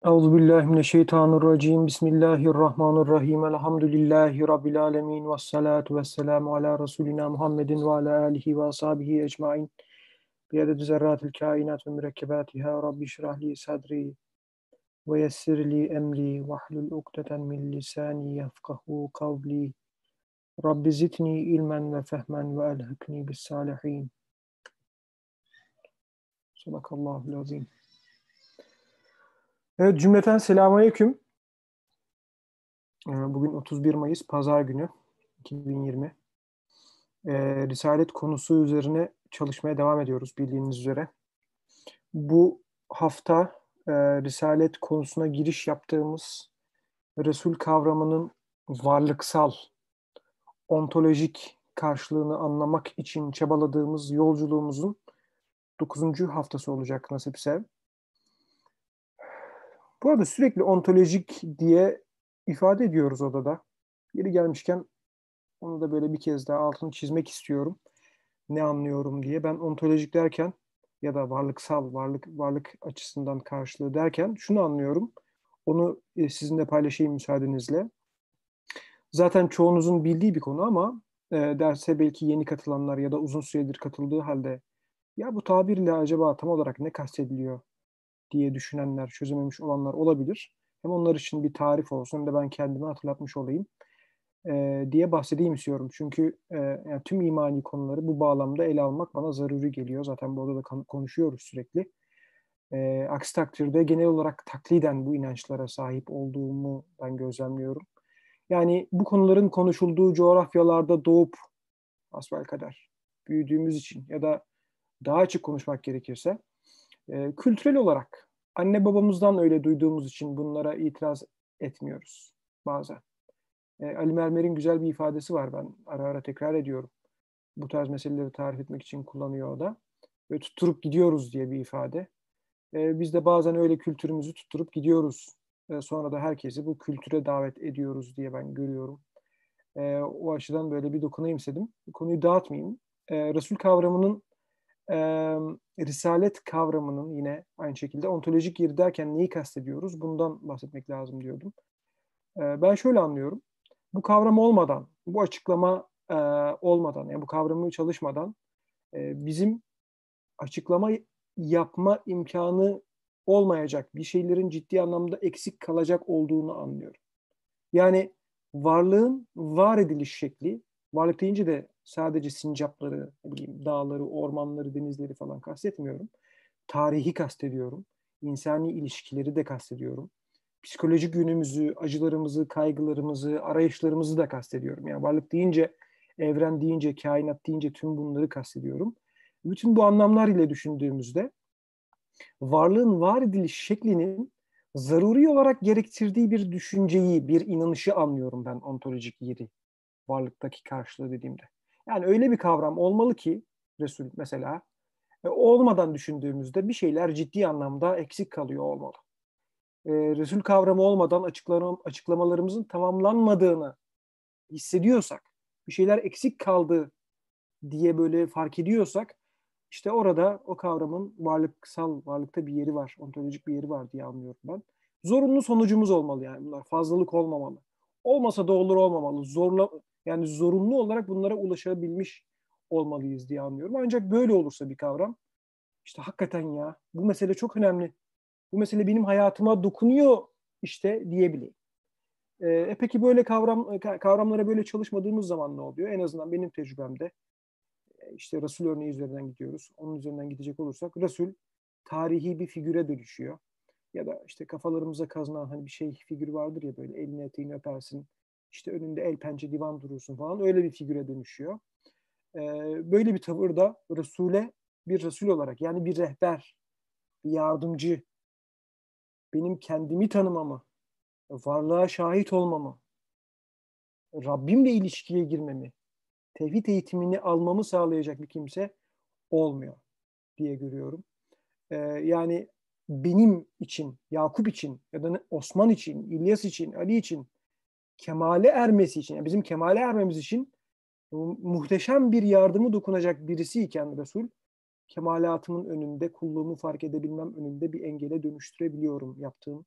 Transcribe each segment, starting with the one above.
Euzubillahimineşşeytanirracim. Bismillahirrahmanirrahim. Elhamdülillahi Rabbil alemin. Vessalatu vesselamu ala Resulina Muhammedin ve ala alihi ve ashabihi ecmain. Biyadeti zerratil kainat ve mürekkebatiha. Rabbi şrahli sadri ve yessirli emri ve hlul ukdeten min lisani yefkahu kavli. Rabbi zidni ilmen ve fehmen ve elhikni bis salihin. Sadakallahul azim. Evet, cümleten selamünaleyküm. Bugün 31 Mayıs Pazar günü 2020. Risalet konusu üzerine çalışmaya devam ediyoruz bildiğiniz üzere. Bu hafta Risalet konusuna giriş yaptığımız Resul kavramının varlıksal, ontolojik karşılığını anlamak için çabaladığımız yolculuğumuzun 9. haftası olacak nasipse. Bu arada sürekli ontolojik diye ifade ediyoruz odada. Yeri gelmişken onu da böyle bir kez daha altını çizmek istiyorum. Ne anlıyorum diye. Ben ontolojik derken ya da varlıksal, varlık açısından karşılığı derken şunu anlıyorum. Onu sizinle paylaşayım müsaadenizle. Zaten çoğunuzun bildiği bir konu ama derse belki yeni katılanlar ya da uzun süredir katıldığı halde ya bu tabirle acaba tam olarak ne kastediliyor diye düşünenler, çözememiş olanlar olabilir. Hem onlar için bir tarif olsun hem de ben kendimi hatırlatmış olayım diye bahsedeyim istiyorum. Çünkü yani tüm imani konuları bu bağlamda ele almak bana zaruri geliyor. Zaten burada da konuşuyoruz sürekli. Aksi takdirde genel olarak takliden bu inançlara sahip olduğumu ben gözlemliyorum. Yani bu konuların konuşulduğu coğrafyalarda doğup hasbelkader büyüdüğümüz için ya da daha açık konuşmak gerekirse kültürel olarak anne babamızdan öyle duyduğumuz için bunlara itiraz etmiyoruz bazen. Ali Mermer'in güzel bir ifadesi var, ben ara ara tekrar ediyorum. Bu tarz meseleleri tarif etmek için kullanıyor o da. Ve tutturup gidiyoruz diye bir ifade. Biz de bazen öyle kültürümüzü tutturup gidiyoruz. Sonra da herkesi bu kültüre davet ediyoruz diye ben görüyorum. O açıdan böyle bir dokunayım istedim. Konuyu dağıtmayayım. Resul kavramının, e, risalet kavramının yine aynı şekilde ontolojik yeri derken neyi kastediyoruz? Bundan bahsetmek lazım diyordum. Ben şöyle anlıyorum. Bu kavram olmadan, bu açıklama olmadan, yani bu kavramı çalışmadan bizim açıklama yapma imkanı olmayacak bir şeylerin ciddi anlamda eksik kalacak olduğunu anlıyorum. Yani varlığın var ediliş şekli, varlık deyince de sadece sincapları, ne bileyim, dağları, ormanları, denizleri falan kastetmiyorum. Tarihi kastediyorum. İnsani ilişkileri de kastediyorum. Psikolojik yönümüzü, acılarımızı, kaygılarımızı, arayışlarımızı da kastediyorum. Yani varlık deyince, evren deyince, kainat deyince tüm bunları kastediyorum. Bütün bu anlamlar ile düşündüğümüzde varlığın var ediliş şeklinin zaruri olarak gerektirdiği bir düşünceyi, bir inanışı anlıyorum ben ontolojik yeri, varlıktaki karşılığı dediğimde. Yani öyle bir kavram olmalı ki Resul mesela olmadan düşündüğümüzde bir şeyler ciddi anlamda eksik kalıyor olmalı. Resul kavramı olmadan açıklamalarımızın tamamlanmadığını hissediyorsak, bir şeyler eksik kaldı diye böyle fark ediyorsak, işte orada o kavramın varlıkta bir yeri var, ontolojik bir yeri var diye anlıyorum ben. Zorunlu sonucumuz olmalı yani bunlar. Fazlalık olmamalı. Olmasa da olur, olmamalı. Yani zorunlu olarak bunlara ulaşabilmiş olmalıyız diye anlıyorum. Ancak böyle olursa bir kavram, işte hakikaten ya bu mesele çok önemli. Bu mesele benim hayatıma dokunuyor işte diyebileyim. Peki böyle kavramlara böyle çalışmadığımız zaman ne oluyor? En azından benim tecrübemde işte Resul örneği üzerinden gidiyoruz. Onun üzerinden gidecek olursak Resul tarihi bir figüre dönüşüyor. Ya da işte kafalarımıza kazınan hani bir şey figürü vardır ya, böyle elini eteğini öpersin. İşte önünde el pençe divan durursun falan, öyle bir figüre dönüşüyor. Böyle bir tavırda Resul'e bir Resul olarak, yani bir rehber, bir yardımcı, benim kendimi tanımamı, varlığa şahit olmamı, Rabbimle ilişkiye girmemi, tevhid eğitimini almamı sağlayacak bir kimse olmuyor diye görüyorum. Yani benim için, Yakup için ya da Osman için, İlyas için, Ali için kemale ermesi için, yani bizim kemale ermemiz için muhteşem bir yardımı dokunacak birisi iken Resul, kemalatımın önünde, kulluğumu fark edebilmem önünde bir engele dönüştürebiliyorum yaptığım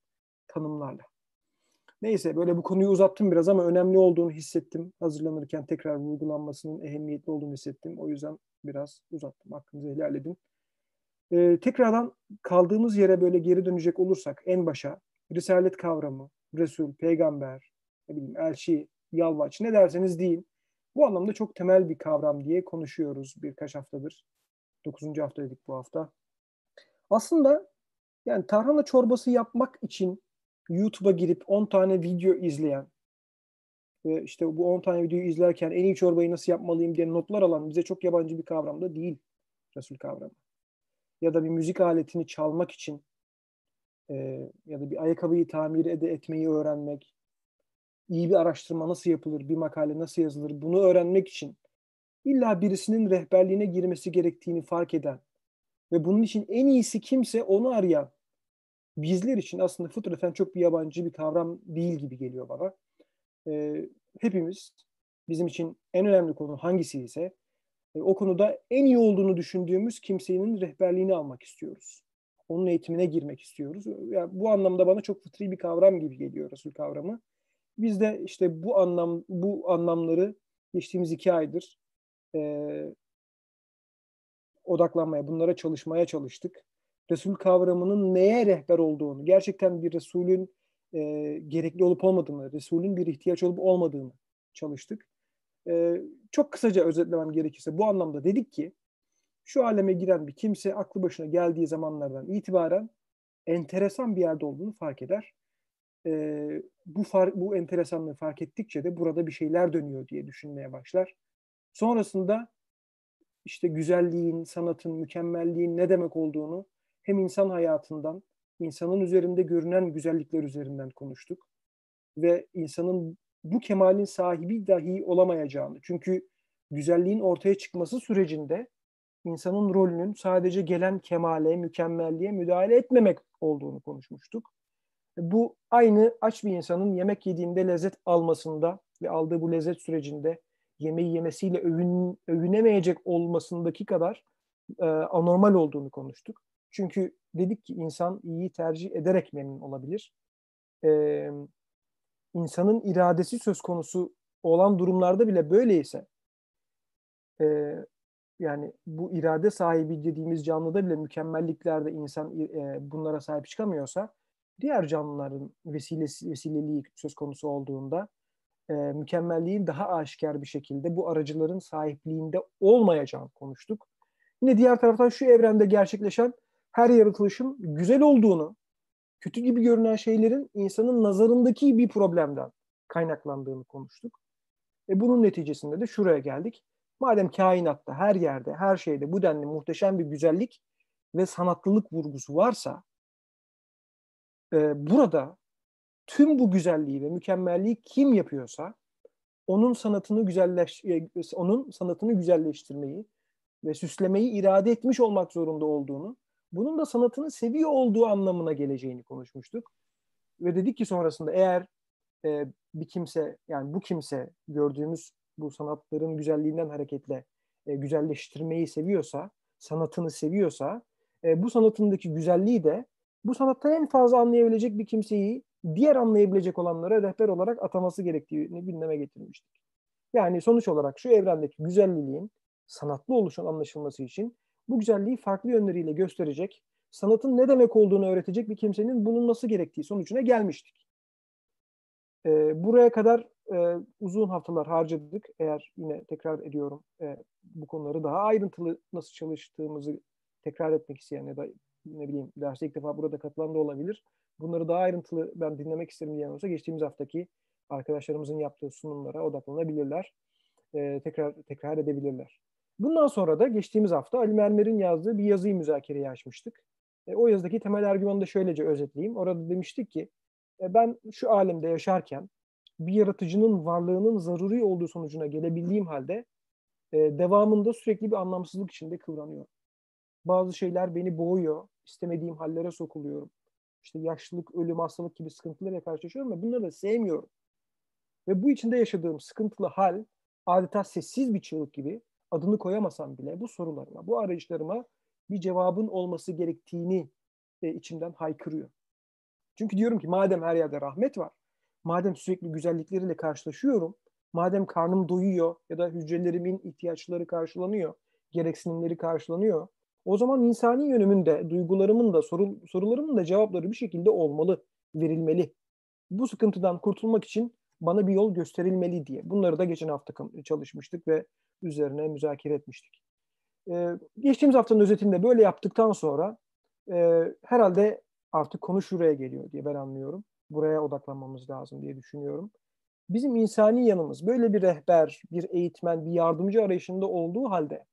tanımlarla. Neyse böyle bu konuyu uzattım biraz ama önemli olduğunu hissettim. Hazırlanırken tekrar vurgulanmasının ehemmiyetli olduğunu hissettim. O yüzden biraz uzattım. Hakkınızı helal edin. Tekrardan kaldığımız yere böyle geri dönecek olursak en başa risalet kavramı, Resul, peygamber, ne bileyim, elçi, yalvaç ne derseniz deyin. Bu anlamda çok temel bir kavram diye konuşuyoruz birkaç haftadır. 9. haftaydık bu hafta. Aslında yani tarhana çorbası yapmak için YouTube'a girip 10 tane video izleyen ve işte bu 10 tane videoyu izlerken en iyi çorbayı nasıl yapmalıyım diye notlar alan bize çok yabancı bir kavram da değil Resul kavramı. Ya da bir müzik aletini çalmak için ya da bir ayakkabıyı tamir etmeyi öğrenmek, iyi bir araştırma nasıl yapılır, bir makale nasıl yazılır bunu öğrenmek için illa birisinin rehberliğine girmesi gerektiğini fark eden ve bunun için en iyisi kimse onu arayan bizler için aslında fıtraten çok bir yabancı bir kavram değil gibi geliyor bana. Hepimiz bizim için en önemli konu hangisi ise o konuda en iyi olduğunu düşündüğümüz kimsenin rehberliğini almak istiyoruz. Onun eğitimine girmek istiyoruz. Yani bu anlamda bana çok fıtri bir kavram gibi geliyor Resul kavramı. Biz de işte bu anlamları geçtiğimiz 2 aydır e, odaklanmaya, bunlara çalışmaya çalıştık. Resul kavramının neye rehber olduğunu, gerçekten bir Resulün gerekli olup olmadığını, Resulün bir ihtiyaç olup olmadığını çalıştık. Çok kısaca özetlemem gerekirse bu anlamda dedik ki şu aleme giren bir kimse aklı başına geldiği zamanlardan itibaren enteresan bir yerde olduğunu fark eder. Bu enteresanlığı fark ettikçe de burada bir şeyler dönüyor diye düşünmeye başlar. Sonrasında işte güzelliğin, sanatın, mükemmelliğin ne demek olduğunu hem insan hayatından, insanın üzerinde görünen güzellikler üzerinden konuştuk. Ve insanın bu kemalin sahibi dahi olamayacağını. Çünkü güzelliğin ortaya çıkması sürecinde insanın rolünün sadece gelen kemale, mükemmelliğe müdahale etmemek olduğunu konuşmuştuk. Bu aynı aç bir insanın yemek yediğinde lezzet almasında ve aldığı bu lezzet sürecinde yemeği yemesiyle övünemeyecek olmasındaki kadar anormal olduğunu konuştuk. Çünkü dedik ki insan iyiyi tercih ederek memnun olabilir. E, insanın iradesi söz konusu olan durumlarda bile böyleyse e, yani bu irade sahibi dediğimiz canlıda bile mükemmelliklerde insan bunlara sahip çıkamıyorsa diğer canlıların vesileliği söz konusu olduğunda mükemmelliğin daha aşikar bir şekilde bu aracıların sahipliğinde olmayacağını konuştuk. Yine diğer taraftan şu evrende gerçekleşen her yaratılışın güzel olduğunu, kötü gibi görünen şeylerin insanın nazarındaki bir problemden kaynaklandığını konuştuk. Bunun neticesinde de şuraya geldik. Madem kainatta, her yerde, her şeyde bu denli muhteşem bir güzellik ve sanatlılık vurgusu varsa, burada tüm bu güzelliği ve mükemmelliği kim yapıyorsa, onun sanatını güzelleştirmeyi ve süslemeyi irade etmiş olmak zorunda olduğunu, bunun da sanatını seviyor olduğu anlamına geleceğini konuşmuştuk. Ve dedik ki sonrasında eğer bir kimse, yani bu kimse gördüğümüz bu sanatların güzelliğinden hareketle güzelleştirmeyi seviyorsa, sanatını seviyorsa, bu sanatındaki güzelliği de bu sanatta en fazla anlayabilecek bir kimseyi diğer anlayabilecek olanlara rehber olarak ataması gerektiğini gündeme getirmiştik. Yani sonuç olarak şu evrendeki güzelliğin sanatlı oluşun anlaşılması için bu güzelliği farklı yönleriyle gösterecek, sanatın ne demek olduğunu öğretecek bir kimsenin bulunması gerektiği sonucuna gelmiştik. Buraya kadar uzun haftalar harcadık. Eğer yine tekrar ediyorum bu konuları daha ayrıntılı nasıl çalıştığımızı tekrar etmek isteyen ya da ne bileyim derse ilk defa burada katılan da olabilir. Bunları daha ayrıntılı ben dinlemek isterim diyen olsa geçtiğimiz haftaki arkadaşlarımızın yaptığı sunumlara odaklanabilirler. Tekrar edebilirler. Bundan sonra da geçtiğimiz hafta Ali Mermer'in yazdığı bir yazıyı müzakereye açmıştık. O yazıdaki temel argümanı da şöylece özetleyeyim. Orada demiştik ki ben şu alemde yaşarken bir yaratıcının varlığının zaruri olduğu sonucuna gelebildiğim halde devamında sürekli bir anlamsızlık içinde kıvranıyorum. Bazı şeyler beni boğuyor, istemediğim hallere sokuluyorum. İşte yaşlılık, ölüm, hastalık gibi sıkıntılarla karşılaşıyorum ve bunları da sevmiyorum. Ve bu içinde yaşadığım sıkıntılı hal adeta sessiz bir çığlık gibi adını koyamasam bile bu sorularıma, bu arayışlarıma bir cevabın olması gerektiğini içimden haykırıyor. Çünkü diyorum ki madem her yerde rahmet var, madem sürekli güzellikleriyle karşılaşıyorum, madem karnım doyuyor ya da hücrelerimin ihtiyaçları karşılanıyor, gereksinimleri karşılanıyor, o zaman insani yönümün de, duygularımın da, sorularımın da cevapları bir şekilde olmalı, verilmeli. Bu sıkıntıdan kurtulmak için bana bir yol gösterilmeli diye. Bunları da geçen hafta çalışmıştık ve üzerine müzakere etmiştik. Geçtiğimiz haftanın özetinde böyle yaptıktan sonra herhalde artık konu şuraya geliyor diye ben anlıyorum. Buraya odaklanmamız lazım diye düşünüyorum. Bizim insani yanımız böyle bir rehber, bir eğitmen, bir yardımcı arayışında olduğu halde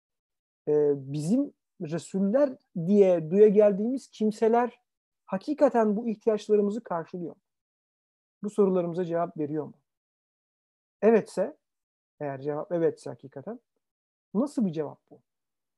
bizim Resuller diye duya geldiğimiz kimseler hakikaten bu ihtiyaçlarımızı karşılıyor mu? Bu sorularımıza cevap veriyor mu? Evetse, eğer cevap evetse hakikaten, nasıl bir cevap bu?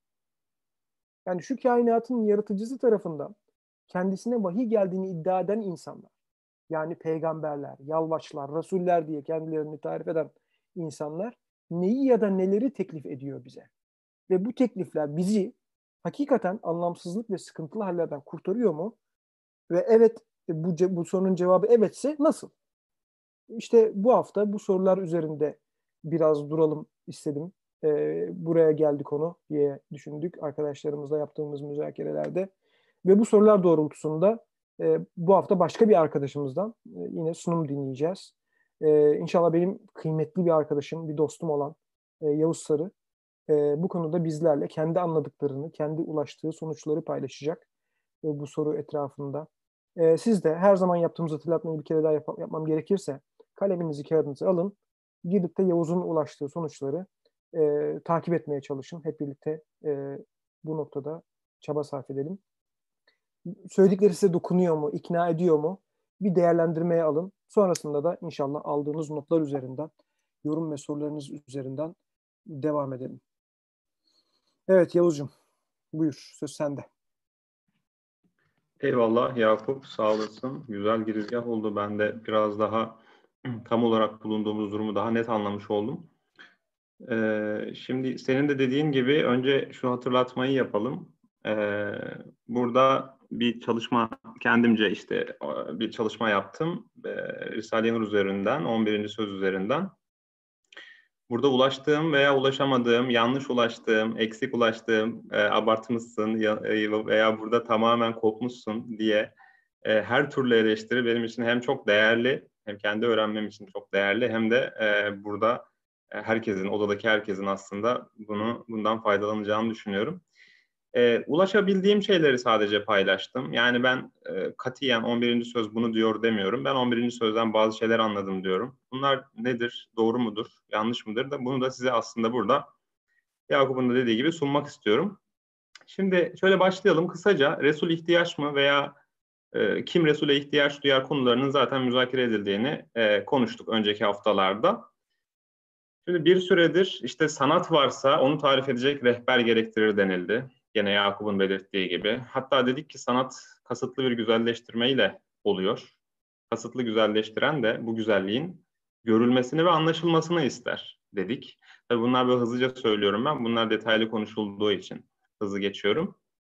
Yani şu kainatın yaratıcısı tarafından kendisine vahiy geldiğini iddia eden insanlar, yani peygamberler, yalvaçlar, rasuller diye kendilerini tarif eden insanlar neyi ya da neleri teklif ediyor bize? Ve bu teklifler bizi hakikaten anlamsızlık ve sıkıntılı hallerden kurtarıyor mu? Ve evet, bu sorunun cevabı evetse nasıl? İşte bu hafta bu sorular üzerinde biraz duralım istedim. Buraya geldi konu diye düşündük arkadaşlarımızla yaptığımız müzakerelerde. Ve bu sorular doğrultusunda bu hafta başka bir arkadaşımızdan yine sunum dinleyeceğiz. İnşallah benim kıymetli bir arkadaşım, bir dostum olan Yavuz Sarı bu konuda bizlerle kendi anladıklarını, kendi ulaştığı sonuçları paylaşacak bu soru etrafında. Siz de her zaman yaptığımız hatırlatmayı bir kere daha yapmam gerekirse kaleminizi, kağıdınızı alın. Birlikte Yavuz'un ulaştığı sonuçları takip etmeye çalışın. Hep birlikte bu noktada çaba sarf edelim. Söyledikleri size dokunuyor mu, ikna ediyor mu? Bir değerlendirmeye alın. Sonrasında da inşallah aldığınız notlar üzerinden, yorum ve sorularınız üzerinden devam edelim. Evet Yavuz'cum, buyur. Söz sende. Eyvallah Yakup, sağ olasın. Güzel girizgah oldu. Ben de biraz daha tam olarak bulunduğumuz durumu daha net anlamış oldum. Şimdi senin de dediğin gibi önce şu hatırlatmayı yapalım. Burada bir çalışma, kendimce işte bir çalışma yaptım. Risale-i Nur üzerinden, 11. söz üzerinden. Burada ulaştığım veya ulaşamadığım, yanlış ulaştığım, eksik ulaştığım, abartmışsın veya burada tamamen kopmuşsun diye her türlü eleştiri benim için hem çok değerli, hem kendi öğrenmem için çok değerli, hem de burada herkesin, odadaki herkesin aslında bundan faydalanacağını düşünüyorum. Ulaşabildiğim şeyleri sadece paylaştım. Yani ben katiyen 11. söz bunu diyor demiyorum. Ben 11. sözden bazı şeyler anladım diyorum. Bunlar nedir? Doğru mudur? Yanlış mıdır? Bunu da size aslında burada Yakup'un da dediği gibi sunmak istiyorum. Şimdi şöyle başlayalım. Kısaca Resul ihtiyaç mı veya kim Resul'e ihtiyaç duyar konularının zaten müzakere edildiğini konuştuk önceki haftalarda. Şimdi bir süredir işte sanat varsa onu tarif edecek rehber gerektirir denildi. Gene Yakup'un belirttiği gibi. Hatta dedik ki sanat kasıtlı bir güzelleştirmeyle oluyor. Kasıtlı güzelleştiren de bu güzelliğin görülmesini ve anlaşılmasını ister dedik. Tabii bunlar böyle hızlıca söylüyorum ben. Bunlar detaylı konuşulduğu için hızlı geçiyorum.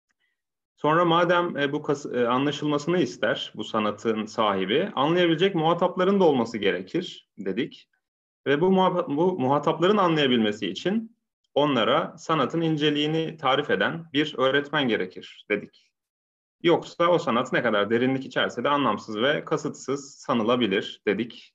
Sonra madem bu anlaşılmasını ister bu sanatın sahibi, anlayabilecek muhatapların da olması gerekir dedik. Ve bu muhatapların anlayabilmesi için onlara sanatın inceliğini tarif eden bir öğretmen gerekir dedik. Yoksa o sanat ne kadar derinlik içerse de anlamsız ve kasıtsız sanılabilir dedik.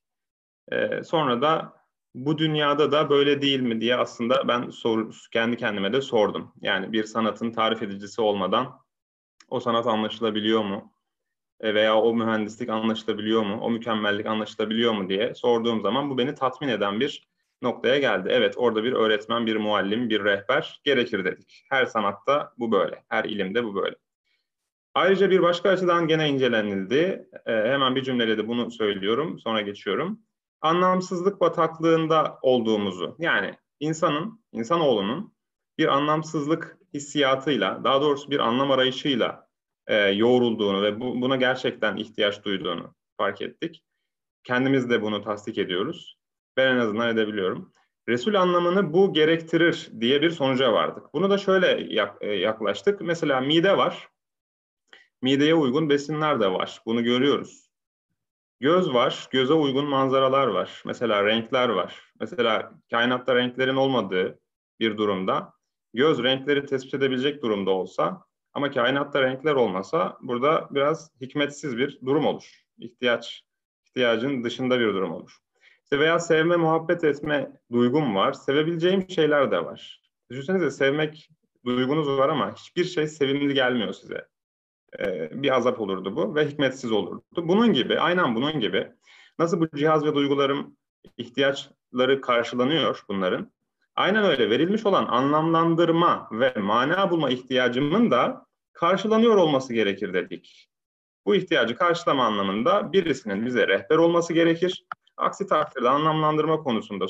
Sonra da bu dünyada da böyle değil mi diye aslında ben kendi kendime de sordum. Yani bir sanatın tarif edicisi olmadan o sanat anlaşılabiliyor mu? Veya o mühendislik anlaşılabiliyor mu? O mükemmellik anlaşılabiliyor mu diye sorduğum zaman bu beni tatmin eden bir noktaya geldi. Evet, orada bir öğretmen, bir muallim, bir rehber gerekir dedik. Her sanatta bu böyle, her ilimde bu böyle. Ayrıca bir başka açıdan gene incelenildi. Hemen bir cümleyle de bunu söylüyorum, sonra geçiyorum. Anlamsızlık bataklığında olduğumuzu, yani insanoğlunun bir anlamsızlık hissiyatıyla, daha doğrusu bir anlam arayışıyla yoğrulduğunu ve buna gerçekten ihtiyaç duyduğunu fark ettik. Kendimiz de bunu tasdik ediyoruz. Ben en azından edebiliyorum. Resul anlamını bu gerektirir diye bir sonuca vardık. Bunu da şöyle yaklaştık. Mesela mide var. mideye uygun besinler de var. Bunu görüyoruz. Göz var, göze uygun manzaralar var. Mesela renkler var. Mesela kainatta renklerin olmadığı bir durumda göz renkleri tespit edebilecek durumda olsa ama kainatta renkler olmasa burada biraz hikmetsiz bir durum olur. İhtiyacın dışında bir durum olur. İşte veya sevme, muhabbet etme duygum var. Sevebileceğim şeyler de var. Düşünsenize sevmek duygunuz var ama hiçbir şey sevimli gelmiyor size. Bir azap olurdu bu ve hikmetsiz olurdu. Bunun gibi, aynen bunun gibi nasıl bu cihaz ve duygularım ihtiyaçları karşılanıyor bunların. Aynen öyle verilmiş olan anlamlandırma ve mana bulma ihtiyacımın da karşılanıyor olması gerekir dedik. Bu ihtiyacı karşılama anlamında birisinin bize rehber olması gerekir. Aksi takdirde anlamlandırma konusunda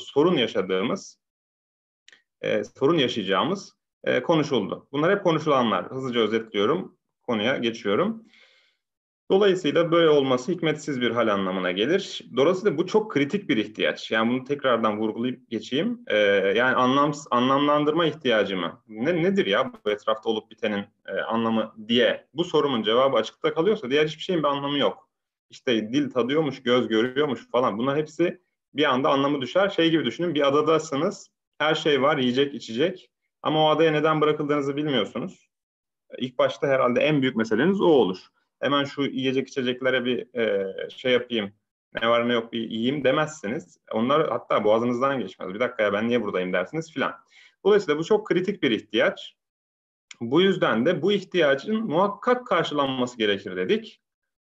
sorun yaşayacağımız konuşuldu. Bunlar hep konuşulanlar. Hızlıca özetliyorum, konuya geçiyorum. Dolayısıyla böyle olması hikmetsiz bir hal anlamına gelir. Dolayısıyla bu çok kritik bir ihtiyaç. Yani bunu tekrardan vurgulayıp geçeyim. Yani anlamlandırma ihtiyacı mı? Nedir ya bu etrafta olup bitenin anlamı diye bu sorumun cevabı açıkta kalıyorsa diğer hiçbir şeyin bir anlamı yok. İşte dil tadıyormuş, göz görüyormuş falan. Bunlar hepsi bir anda anlamı düşer. Şey gibi düşünün, bir adadasınız. Her şey var, yiyecek, içecek. Ama o adaya neden bırakıldığınızı bilmiyorsunuz. İlk başta herhalde en büyük meseleniz o olur. Hemen şu yiyecek içeceklere bir şey yapayım, ne var ne yok bir yiyeyim demezsiniz. Onlar hatta boğazınızdan geçmez. Bir dakika ya ben niye buradayım dersiniz filan. Dolayısıyla bu çok kritik bir ihtiyaç. Bu yüzden de bu ihtiyacın muhakkak karşılanması gerekir dedik.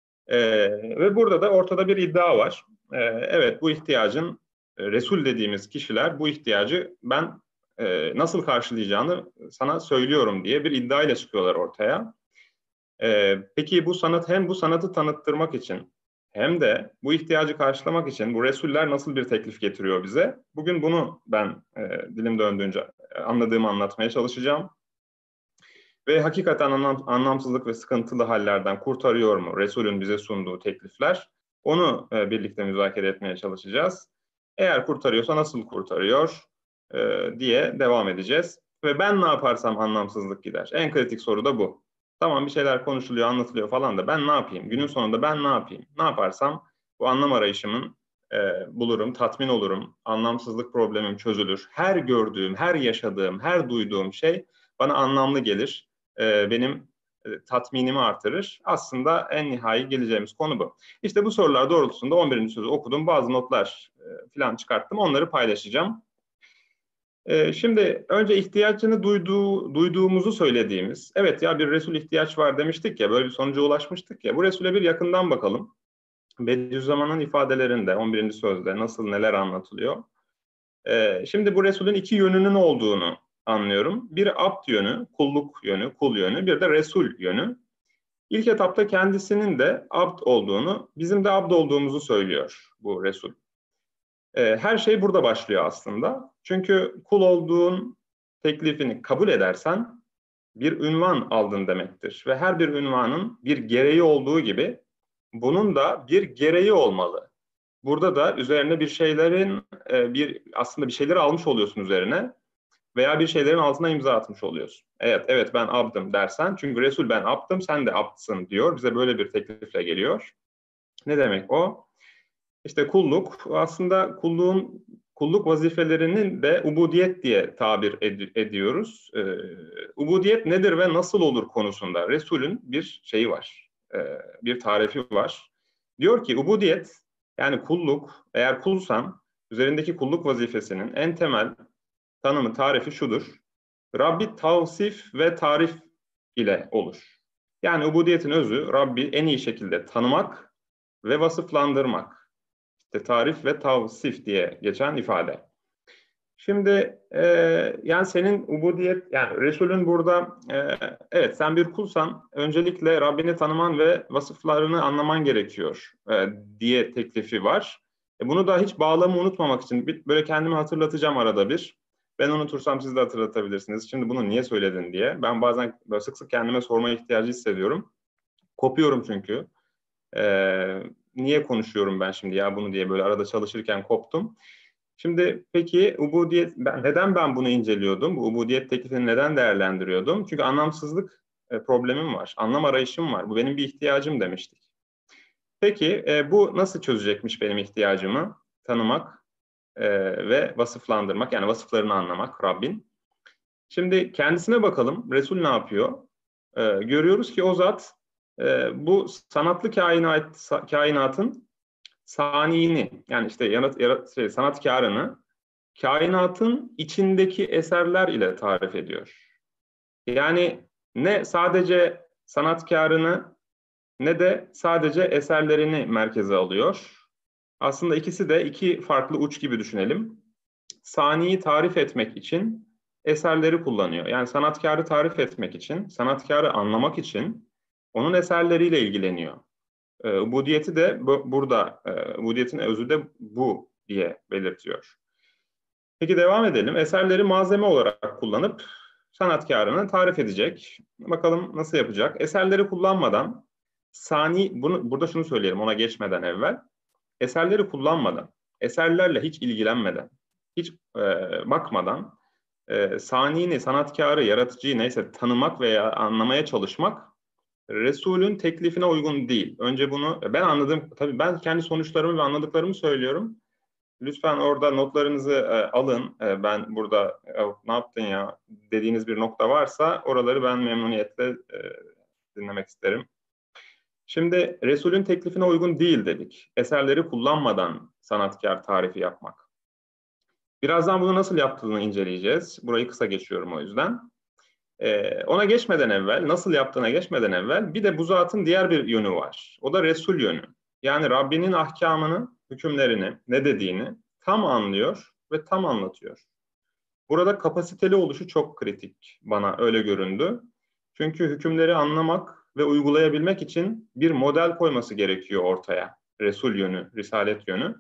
Ve burada da ortada bir iddia var. Evet bu ihtiyacın Resul dediğimiz kişiler bu ihtiyacı ben nasıl karşılayacağını sana söylüyorum diye bir iddiayla çıkıyorlar ortaya. Peki hem bu sanatı tanıttırmak için hem de bu ihtiyacı karşılamak için bu Resuller nasıl bir teklif getiriyor bize? Bugün bunu ben dilim döndüğünce anladığımı anlatmaya çalışacağım. Ve hakikaten anlamsızlık ve sıkıntılı hallerden kurtarıyor mu Resul'ün bize sunduğu teklifler? Onu birlikte müzakere etmeye çalışacağız. Eğer kurtarıyorsa nasıl kurtarıyor diye devam edeceğiz. Ve ben ne yaparsam anlamsızlık gider. En kritik soru da bu. Tamam bir şeyler konuşuluyor, anlatılıyor falan da ben ne yapayım? Günün sonunda ben ne yapayım? Ne yaparsam bu anlam arayışımın bulurum, tatmin olurum, anlamsızlık problemim çözülür. Her gördüğüm, her yaşadığım, her duyduğum şey bana anlamlı gelir. Benim tatminimi artırır. Aslında en nihai geleceğimiz konu bu. İşte bu sorular doğrultusunda 11. sözü okudum. Bazı notlar falan çıkarttım. Onları paylaşacağım. Şimdi önce ihtiyacını duyduğumuzu söylediğimiz, evet ya bir Resul ihtiyaç var demiştik ya, böyle bir sonuca ulaşmıştık ya, bu Resul'e bir yakından bakalım. Bediüzzaman'ın ifadelerinde 11. sözde nasıl neler anlatılıyor. Şimdi bu Resul'ün iki yönünün olduğunu anlıyorum. Bir abd yönü, kulluk yönü, kul yönü, bir de Resul yönü. İlk etapta kendisinin de abd olduğunu, bizim de abd olduğumuzu söylüyor bu Resul. Her şey burada başlıyor aslında. Çünkü kul olduğun teklifini kabul edersen bir ünvan aldın demektir. Ve her bir ünvanın bir gereği olduğu gibi bunun da bir gereği olmalı. Burada da üzerine bir şeylerin aslında bir şeyleri almış oluyorsun üzerine veya bir şeylerin altına imza atmış oluyorsun. Evet ben abdım dersen çünkü Resul ben abdım sen de abdsın diyor. Bize böyle bir teklifle geliyor. Ne demek o? İşte kulluk aslında kulluk vazifelerinin de ubudiyet diye tabir ediyoruz. Ubudiyet nedir ve nasıl olur konusunda Resul'ün bir şeyi var, bir tarifi var. Diyor ki ubudiyet yani kulluk eğer kulsan üzerindeki kulluk vazifesinin en temel tanımı tarifi şudur. Rabbi tavsif ve tarif ile olur. Yani ubudiyetin özü Rabbi en iyi şekilde tanımak ve vasıflandırmak. İşte tarif ve tavsif diye geçen ifade. Şimdi yani senin ubudiyet, yani Resul'ün burada evet sen bir kulsan öncelikle Rabbini tanıman ve vasıflarını anlaman gerekiyor diye teklifi var. Bunu da hiç bağlamı unutmamak için böyle kendimi hatırlatacağım arada bir. Ben unutursam siz de hatırlatabilirsiniz. Şimdi bunu niye söyledin diye. Ben bazen böyle sık sık kendime sorma ihtiyacı hissediyorum. Kopuyorum çünkü. Niye konuşuyorum ben şimdi ya bunu diye böyle arada çalışırken koptum. Şimdi peki neden ben bunu inceliyordum? Bu ubudiyet teklifini neden değerlendiriyordum? Çünkü anlamsızlık problemim var. Anlam arayışım var. Bu benim bir ihtiyacım demiştik. Peki bu nasıl çözecekmiş benim ihtiyacımı? Tanımak ve vasıflandırmak, yani vasıflarını anlamak Rabbin. Şimdi kendisine bakalım. Resul ne yapıyor? Görüyoruz ki o zat bu sanatlı kainatın saniini, yani işte sanatkarını kainatın içindeki eserler ile tarif ediyor. Yani ne sadece sanatkarını ne de sadece eserlerini merkeze alıyor. Aslında ikisi de iki farklı uç gibi düşünelim. Saniyi tarif etmek için eserleri kullanıyor. Yani sanatkarı tarif etmek için, sanatkarı anlamak için onun eserleriyle ilgileniyor. Ubudiyeti de burada, ubudiyetin özü de bu diye belirtiyor. Peki devam edelim. Eserleri malzeme olarak kullanıp sanatkarını tarif edecek. Bakalım nasıl yapacak? Eserleri kullanmadan, burada şunu söyleyelim ona geçmeden evvel. Eserleri kullanmadan, eserlerle hiç ilgilenmeden, hiç bakmadan saniyini, sanatkarı, yaratıcıyı neyse tanımak veya anlamaya çalışmak Resul'ün teklifine uygun değil. Önce bunu ben anladım. Tabii ben kendi sonuçlarımı ve anladıklarımı söylüyorum. Lütfen orada notlarınızı alın. Ben burada ne yaptın ya dediğiniz bir nokta varsa oraları ben memnuniyetle dinlemek isterim. Şimdi Resul'ün teklifine uygun değil dedik. Eserleri kullanmadan sanatkar tarifi yapmak. Birazdan bunu nasıl yaptığını inceleyeceğiz. Burayı kısa geçiyorum o yüzden. Ona geçmeden evvel, nasıl yaptığına geçmeden evvel bir de bu zatın diğer bir yönü var. O da Resul yönü. Yani Rabbinin ahkamını, hükümlerini, ne dediğini tam anlıyor ve tam anlatıyor. Burada kapasiteli oluşu çok kritik, bana öyle göründü. Çünkü hükümleri anlamak ve uygulayabilmek için bir model koyması gerekiyor ortaya. Resul yönü, Risalet yönü.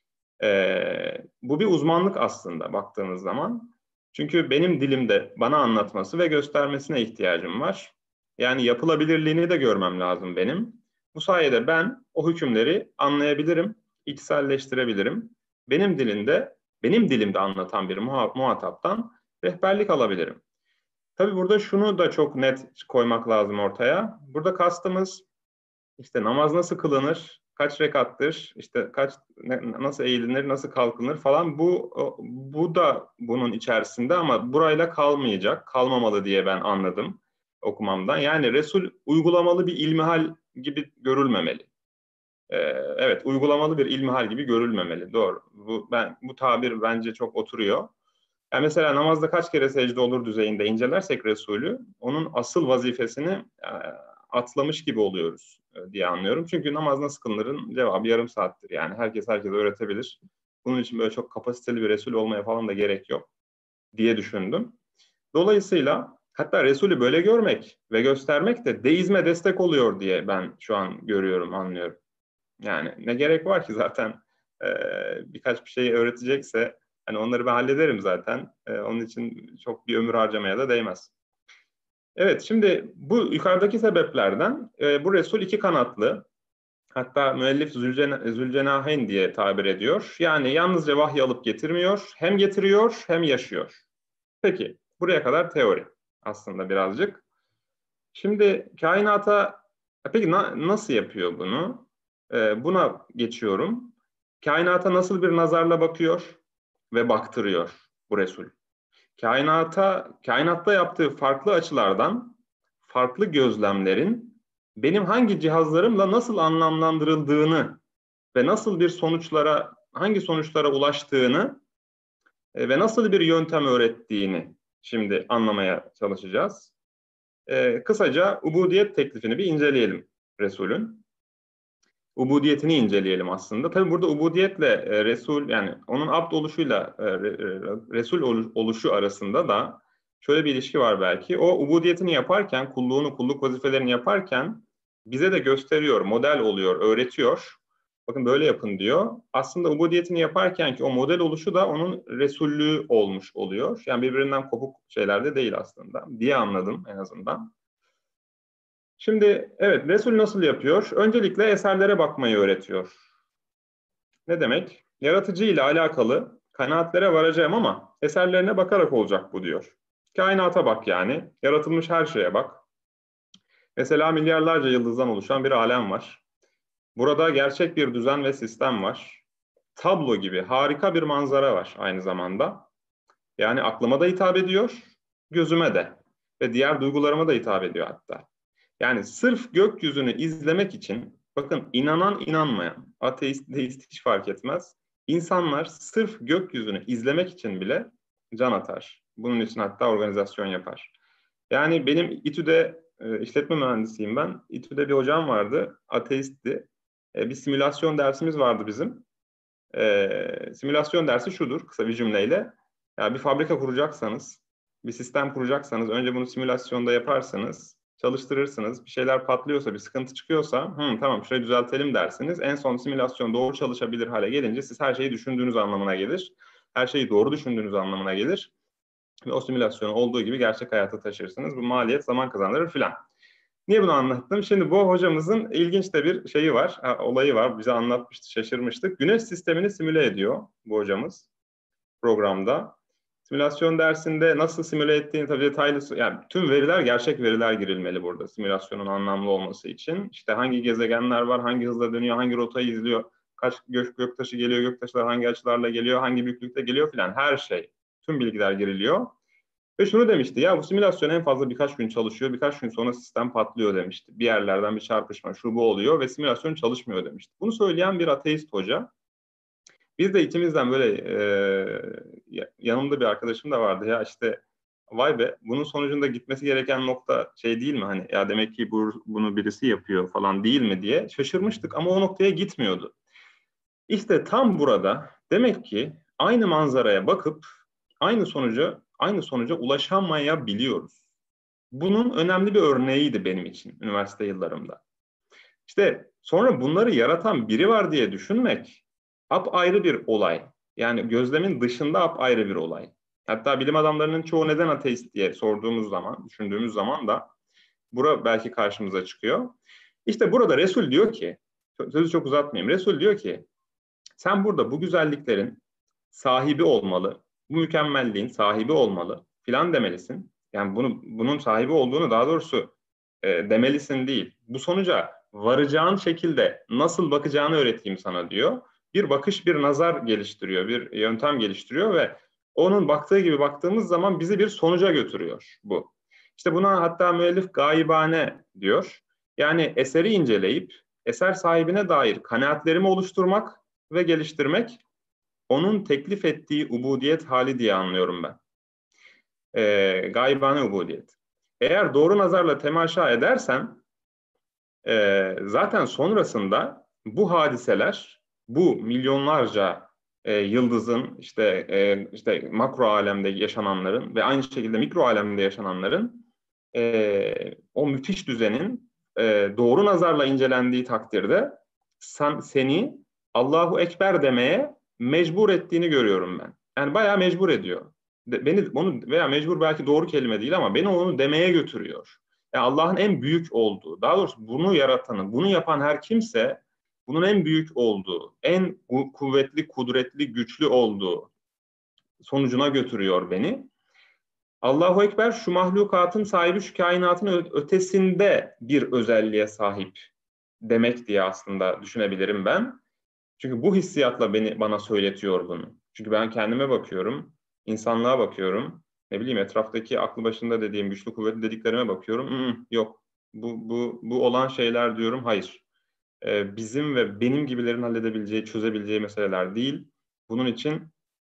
Bu bir uzmanlık aslında baktığınız zaman. Çünkü benim dilimde bana anlatması ve göstermesine ihtiyacım var. Yani yapılabilirliğini de görmem lazım benim. Bu sayede ben o hükümleri anlayabilirim, içselleştirebilirim. Benim dilimde anlatan bir muhataptan rehberlik alabilirim. Tabii burada şunu da çok net koymak lazım ortaya. Burada kastımız işte namaz nasıl kılınır, kaç rekattır, işte nasıl eğilinir, nasıl kalkınır falan bu da bunun içerisinde ama burayla kalmamalı diye ben anladım okumamdan. Yani Resul uygulamalı bir ilmihal gibi görülmemeli. Evet, uygulamalı bir ilmihal gibi görülmemeli. Doğru. Bu tabir bence çok oturuyor. Yani mesela namazda kaç kere secde olur düzeyinde incelersek Resulü, onun asıl vazifesini atlamış gibi oluyoruz diye anlıyorum. Çünkü namaz nasıl kılınırın cevabı yarım saattir. Yani herkes öğretebilir. Bunun için böyle çok kapasiteli bir Resul olmaya falan da gerek yok diye düşündüm. Dolayısıyla hatta Resulü böyle görmek ve göstermek de deizme destek oluyor diye ben şu an görüyorum, anlıyorum. Yani ne gerek var ki zaten birkaç bir şey öğretecekse hani onları ben hallederim zaten. Onun için çok bir ömür harcamaya da değmez. Evet, şimdi bu yukarıdaki sebeplerden bu Resul iki kanatlı. Hatta müellif Zülcenaheyn diye tabir ediyor. Yani yalnızca vahiy alıp getirmiyor, hem getiriyor hem yaşıyor. Peki, buraya kadar teori aslında birazcık. Şimdi peki nasıl yapıyor bunu? Buna geçiyorum. Kainata nasıl bir nazarla bakıyor ve baktırıyor bu Resul? Kainatta yaptığı farklı açılardan, farklı gözlemlerin benim hangi cihazlarımla nasıl anlamlandırıldığını ve hangi sonuçlara ulaştığını ve nasıl bir yöntem öğrettiğini şimdi anlamaya çalışacağız. Kısaca ubudiyet teklifini bir inceleyelim Resul'ün. Ubudiyetini inceleyelim aslında. Tabii burada ubudiyetle Resul, yani onun abd oluşuyla Resul oluşu arasında da şöyle bir ilişki var belki. O ubudiyetini yaparken, kulluk vazifelerini yaparken bize de gösteriyor, model oluyor, öğretiyor. Bakın böyle yapın diyor. Aslında ubudiyetini yaparken ki o model oluşu da onun Resullüğü olmuş oluyor. Yani birbirinden kopuk şeyler de değil aslında diye anladım en azından. Şimdi evet, Resul nasıl yapıyor? Öncelikle eserlere bakmayı öğretiyor. Ne demek? Yaratıcı ile alakalı kanaatlere varacağım ama eserlerine bakarak olacak bu diyor. Kainata bak yani, yaratılmış her şeye bak. Mesela milyarlarca yıldızdan oluşan bir alem var. Burada gerçek bir düzen ve sistem var. Tablo gibi harika bir manzara var aynı zamanda. Yani aklıma da hitap ediyor, gözüme de ve diğer duygularıma da hitap ediyor hatta. Yani sırf gökyüzünü izlemek için, bakın inanan inanmayan, ateist, deist hiç fark etmez. İnsanlar sırf gökyüzünü izlemek için bile can atar. Bunun için hatta organizasyon yapar. Yani benim İTÜ'de işletme mühendisiyim ben. İTÜ'de bir hocam vardı, ateistti. Bir simülasyon dersimiz vardı bizim. Simülasyon dersi şudur, kısa bir cümleyle. Yani bir fabrika kuracaksanız, bir sistem kuracaksanız önce bunu simülasyonda yaparsınız, çalıştırırsınız. Bir şeyler patlıyorsa, bir sıkıntı çıkıyorsa, tamam şurayı düzeltelim dersiniz. En son simülasyon doğru çalışabilir hale gelince siz her şeyi düşündüğünüz anlamına gelir. Her şeyi doğru düşündüğünüz anlamına gelir. Ve o simülasyonu olduğu gibi gerçek hayata taşırsınız. Bu maliyet zaman kazandırır filan. Niye bunu anlattım? Şimdi bu hocamızın ilginç de bir şeyi var, olayı var. Bize anlatmıştı, şaşırmıştık. Güneş sistemini simüle ediyor bu hocamız programda. Simülasyon dersinde nasıl simüle ettiğini tabii detaylı, yani tüm veriler gerçek veriler girilmeli burada simülasyonun anlamlı olması için. İşte hangi gezegenler var, hangi hızla dönüyor, hangi rotayı izliyor, kaç göktaşı geliyor, göktaşlar hangi açılarla geliyor, hangi büyüklükte geliyor filan her şey. Tüm bilgiler giriliyor. Ve şunu demişti, ya bu simülasyon en fazla birkaç gün çalışıyor, birkaç gün sonra sistem patlıyor demişti. Bir yerlerden bir çarpışma, şu bu oluyor ve simülasyon çalışmıyor demişti. Bunu söyleyen bir ateist hoca. Biz de içimizden böyle yanımda bir arkadaşım da vardı, ya işte vay be bunun sonucunda gitmesi gereken nokta şey değil mi? Hani ya demek ki bunu birisi yapıyor falan değil mi diye şaşırmıştık ama o noktaya gitmiyordu. İşte tam burada demek ki aynı manzaraya bakıp aynı sonuca ulaşamayabiliyoruz. Bunun önemli bir örneğiydi benim için üniversite yıllarımda. İşte sonra bunları yaratan biri var diye düşünmek apayrı bir olay. Yani gözlemin dışında apayrı bir olay. Hatta bilim adamlarının çoğu neden ateist diye sorduğumuz zaman, düşündüğümüz zaman da bura belki karşımıza çıkıyor. İşte burada Resul diyor ki, sözü çok uzatmayayım, Resul diyor ki sen burada bu güzelliklerin sahibi olmalı, bu mükemmelliğin sahibi olmalı filan demelisin. Yani bunun sahibi olduğunu daha doğrusu demelisin değil. Bu sonuca varacağın şekilde nasıl bakacağını öğreteyim sana diyor. Bir bakış, bir nazar geliştiriyor, bir yöntem geliştiriyor ve onun baktığı gibi baktığımız zaman bizi bir sonuca götürüyor bu. İşte buna hatta müellif gaibane diyor. Yani eseri inceleyip eser sahibine dair kanaatlerimi oluşturmak ve geliştirmek onun teklif ettiği ubudiyet hali diye anlıyorum ben. Gaibane ubudiyet. Eğer doğru nazarla temaşa edersen zaten sonrasında bu hadiseler, bu milyonlarca yıldızın işte makro alemde yaşananların ve aynı şekilde mikro alemde yaşananların o müthiş düzenin doğru nazarla incelendiği takdirde seni Allahu Ekber demeye mecbur ettiğini görüyorum ben. Yani bayağı mecbur ediyor. Beni onu veya mecbur belki doğru kelime değil ama beni onu demeye götürüyor. Yani Allah'ın en büyük olduğu, daha doğrusu bunu yaratanı, bunu yapan her kimse bunun en büyük olduğu, en kuvvetli, kudretli, güçlü olduğu sonucuna götürüyor beni. Allahu Ekber şu mahlukatın sahibi, şu kainatın ötesinde bir özelliğe sahip demek diye aslında düşünebilirim ben. Çünkü bu hissiyatla bana söyletiyor bunu. Çünkü ben kendime bakıyorum, insanlığa bakıyorum, ne bileyim etraftaki aklı başında dediğim güçlü kuvvetli dediklerime bakıyorum. Yok, bu olan şeyler diyorum, hayır. Bizim ve benim gibilerin halledebileceği, çözebileceği meseleler değil. Bunun için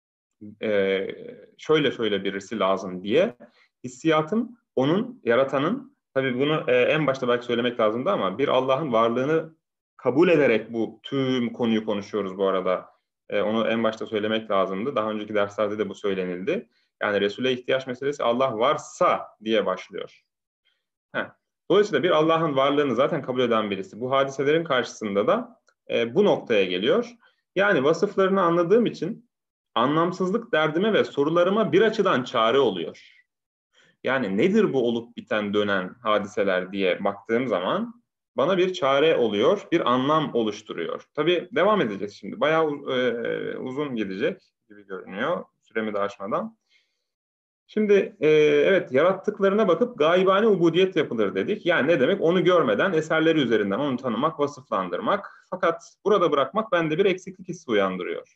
şöyle birisi lazım diye hissiyatım onun, yaratanın, tabii bunu en başta belki söylemek lazımdı ama bir Allah'ın varlığını kabul ederek bu tüm konuyu konuşuyoruz bu arada. Onu en başta söylemek lazımdı. Daha önceki derslerde de bu söylenildi. Yani Resul'e ihtiyaç meselesi Allah varsa diye başlıyor. Dolayısıyla bir Allah'ın varlığını zaten kabul eden birisi bu hadiselerin karşısında da bu noktaya geliyor. Yani vasıflarını anladığım için anlamsızlık derdime ve sorularıma bir açıdan çare oluyor. Yani nedir bu olup biten dönen hadiseler diye baktığım zaman bana bir çare oluyor, bir anlam oluşturuyor. Tabii devam edeceğiz şimdi. Bayağı uzun gidecek gibi görünüyor süremi de aşmadan. Şimdi evet, yarattıklarına bakıp gaibane ubudiyet yapılır dedik. Yani ne demek? Onu görmeden eserleri üzerinden onu tanımak, vasıflandırmak. Fakat burada bırakmak bende bir eksiklik hissi uyandırıyor.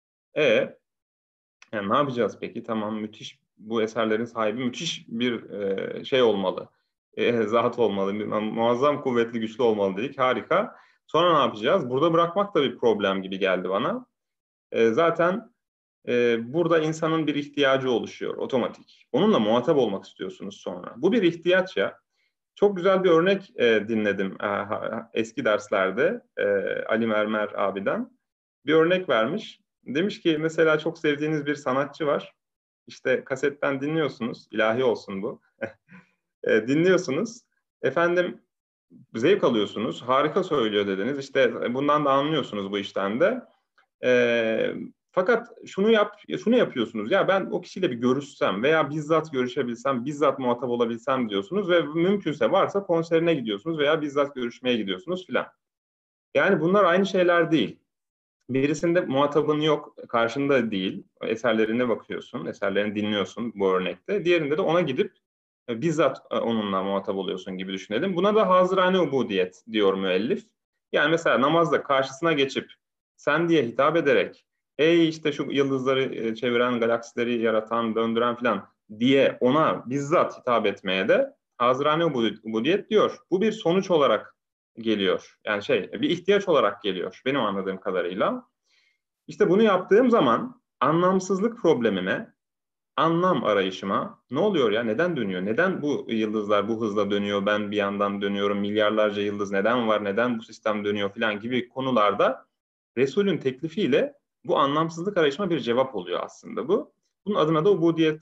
Yani ne yapacağız peki? Tamam, müthiş, bu eserlerin sahibi müthiş bir şey olmalı. Zat olmalı, muazzam kuvvetli, güçlü olmalı dedik. Harika. Sonra ne yapacağız? Burada bırakmak da bir problem gibi geldi bana. Zaten burada insanın bir ihtiyacı oluşuyor otomatik. Onunla muhatap olmak istiyorsunuz sonra. Bu bir ihtiyaç ya. Çok güzel bir örnek dinledim eski derslerde Ali Mermer abiden. Bir örnek vermiş. Demiş ki mesela çok sevdiğiniz bir sanatçı var. İşte kasetten dinliyorsunuz. İlahi olsun bu. Dinliyorsunuz. Efendim, zevk alıyorsunuz. Harika söylüyor dediniz. İşte bundan da anlıyorsunuz bu işten de. Fakat şunu yapıyorsunuz. Ya ben o kişiyle bir görüşsem veya bizzat görüşebilsem, bizzat muhatap olabilsem diyorsunuz ve mümkünse varsa konserine gidiyorsunuz veya bizzat görüşmeye gidiyorsunuz filan. Yani bunlar aynı şeyler değil. Birisinde muhatabın yok, karşında değil. Eserlerine bakıyorsun, eserlerini dinliyorsun bu örnekte. Diğerinde de ona gidip bizzat onunla muhatap oluyorsun gibi düşünelim. Buna da hazırane ubudiyet diyor müellif. Yani mesela namazda karşısına geçip sen diye hitap ederek ey işte şu yıldızları çeviren, galaksileri yaratan, döndüren filan diye ona bizzat hitap etmeye de hazırane ubudiyet diyor. Bu bir sonuç olarak geliyor. Yani bir ihtiyaç olarak geliyor benim anladığım kadarıyla. İşte bunu yaptığım zaman anlamsızlık problemime, anlam arayışıma ne oluyor ya? Neden dönüyor? Neden bu yıldızlar bu hızla dönüyor? Ben bir yandan dönüyorum. Milyarlarca yıldız neden var? Neden bu sistem dönüyor filan gibi konularda Resul'ün teklifiyle bu anlamsızlık arayışıma bir cevap oluyor aslında bu. Bunun adına da ubudiyet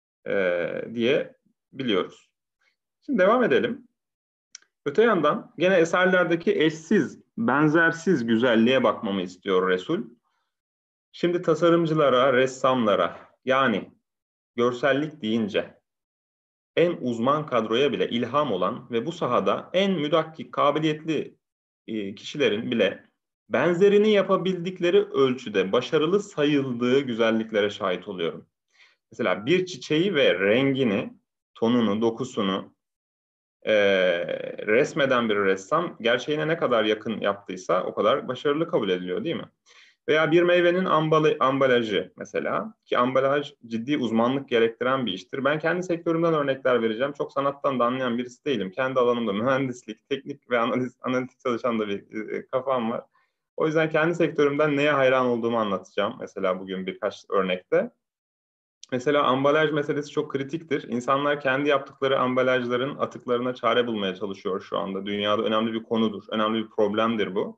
diye biliyoruz. Şimdi devam edelim. Öte yandan gene eserlerdeki eşsiz, benzersiz güzelliğe bakmamı istiyor Resul. Şimdi tasarımcılara, ressamlara, yani görsellik deyince en uzman kadroya bile ilham olan ve bu sahada en müdakkik, kabiliyetli kişilerin bile benzerini yapabildikleri ölçüde başarılı sayıldığı güzelliklere şahit oluyorum. Mesela bir çiçeği ve rengini, tonunu, dokusunu resmeden bir ressam gerçeğine ne kadar yakın yaptıysa o kadar başarılı kabul ediliyor, değil mi? Veya bir meyvenin ambalajı mesela, ki ambalaj ciddi uzmanlık gerektiren bir iştir. Ben kendi sektörümden örnekler vereceğim. Çok sanattan da anlayan birisi değilim. Kendi alanımda mühendislik, teknik ve analitik çalışan da bir kafam var. O yüzden kendi sektörümden neye hayran olduğumu anlatacağım. Mesela bugün birkaç örnekte. Mesela ambalaj meselesi çok kritiktir. İnsanlar kendi yaptıkları ambalajların atıklarına çare bulmaya çalışıyor şu anda. Dünyada önemli bir konudur, önemli bir problemdir bu.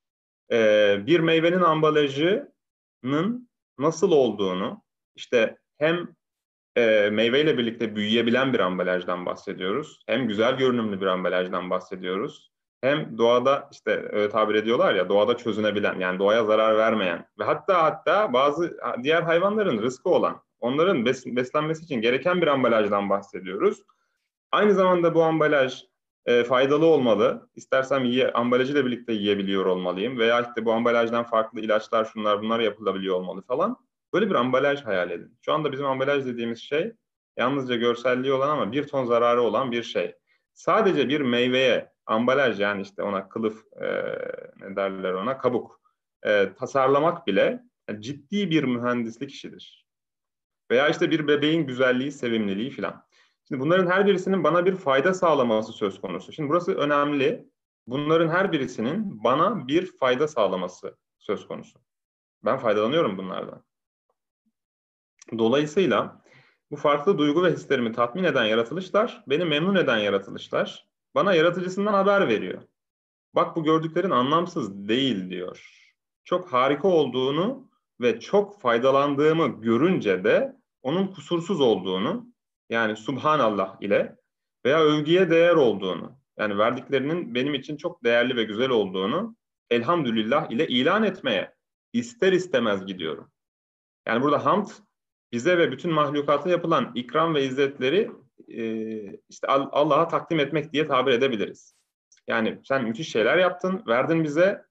Bir meyvenin ambalajının nasıl olduğunu, işte hem meyveyle birlikte büyüyebilen bir ambalajdan bahsediyoruz, hem güzel görünümlü bir ambalajdan bahsediyoruz, hem doğada işte öyle tabir ediyorlar ya, doğada çözünebilen, yani doğaya zarar vermeyen ve hatta bazı diğer hayvanların rızkı olan, onların beslenmesi için gereken bir ambalajdan bahsediyoruz. Aynı zamanda bu ambalaj faydalı olmalı. İstersem ambalajıyla birlikte yiyebiliyor olmalıyım. Veya işte bu ambalajdan farklı ilaçlar, şunlar bunlar yapılabiliyor olmalı falan. Böyle bir ambalaj hayal edin. Şu anda bizim ambalaj dediğimiz şey yalnızca görselliği olan ama bir ton zararı olan bir şey. Sadece bir meyveye ambalaj, yani işte ona kılıf, ne derler ona, kabuk tasarlamak bile ciddi bir mühendislik işidir. Veya işte bir bebeğin güzelliği, sevimliliği filan. Şimdi bunların her birisinin bana bir fayda sağlaması söz konusu. Şimdi burası önemli. Bunların her birisinin bana bir fayda sağlaması söz konusu. Ben faydalanıyorum bunlardan. Dolayısıyla bu farklı duygu ve hislerimi tatmin eden yaratılışlar, beni memnun eden yaratılışlar, bana yaratıcısından haber veriyor. Bak, bu gördüklerin anlamsız değil diyor. Çok harika olduğunu ve çok faydalandığımı görünce de onun kusursuz olduğunu, yani Subhanallah ile veya övgüye değer olduğunu, yani verdiklerinin benim için çok değerli ve güzel olduğunu elhamdülillah ile ilan etmeye ister istemez gidiyorum. Yani burada hamd bize ve bütün mahlukata yapılan ikram ve izzetleri işte Allah'a takdim etmek diye tabir edebiliriz. Yani sen müthiş şeyler yaptın, verdin bize.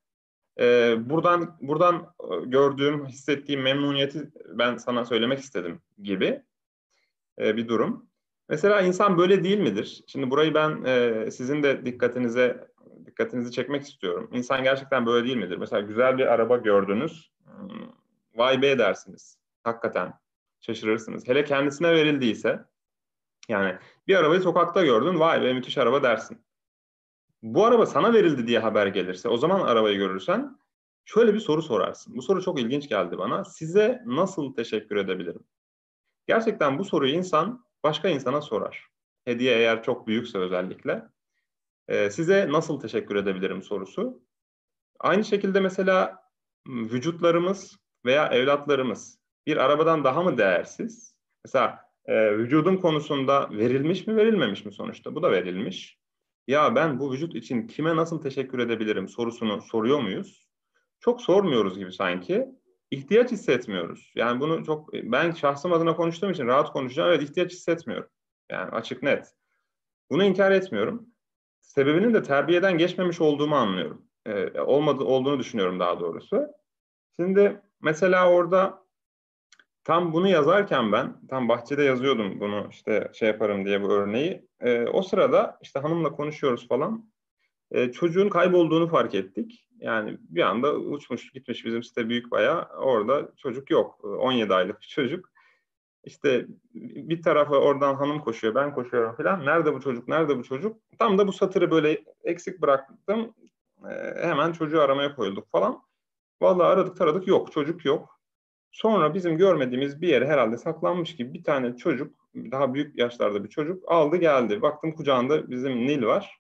Buradan gördüğüm, hissettiğim memnuniyeti ben sana söylemek istedim gibi. bir durum. Mesela insan böyle değil midir? Şimdi burayı ben sizin de dikkatinizi çekmek istiyorum. İnsan gerçekten böyle değil midir? Mesela güzel bir araba gördünüz. Vay be dersiniz. Hakikaten şaşırırsınız. Hele kendisine verildiyse, yani bir arabayı sokakta gördün, vay be müthiş araba dersin. Bu araba sana verildi diye haber gelirse, o zaman arabayı görürsen şöyle bir soru sorarsın. Bu soru çok ilginç geldi bana. Size nasıl teşekkür edebilirim? Gerçekten bu soruyu insan başka insana sorar. Hediye eğer çok büyükse özellikle. Size nasıl teşekkür edebilirim sorusu. Aynı şekilde mesela vücutlarımız veya evlatlarımız bir arabadan daha mı değersiz? Mesela vücudum konusunda verilmiş mi verilmemiş mi sonuçta? Bu da verilmiş. Ya ben bu vücut için kime nasıl teşekkür edebilirim sorusunu soruyor muyuz? Çok sormuyoruz gibi sanki. İhtiyaç hissetmiyoruz. Yani bunu çok, ben şahsım adına konuştuğum için rahat konuşacağım. Evet, ihtiyaç hissetmiyorum. Yani açık net. Bunu inkar etmiyorum. Sebebinin de terbiyeden geçmemiş olduğumu anlıyorum. Olduğunu düşünüyorum daha doğrusu. Şimdi mesela orada tam bunu yazarken ben, tam bahçede yazıyordum bunu işte şey yaparım diye bu örneği. O sırada işte hanımla konuşuyoruz falan. Çocuğun kaybolduğunu fark ettik. Yani bir anda uçmuş gitmiş, bizim site büyük bayağı. Orada çocuk yok. 17 aylık bir çocuk. İşte bir tarafa oradan hanım koşuyor, ben koşuyorum falan. Nerede bu çocuk, nerede bu çocuk? Tam da bu satırı böyle eksik bıraktım. Hemen çocuğu aramaya koyulduk falan. Vallahi aradık taradık, yok, çocuk yok. Sonra bizim görmediğimiz bir yere herhalde saklanmış gibi bir tane çocuk, daha büyük yaşlarda bir çocuk aldı geldi. Baktım kucağında bizim Nil var.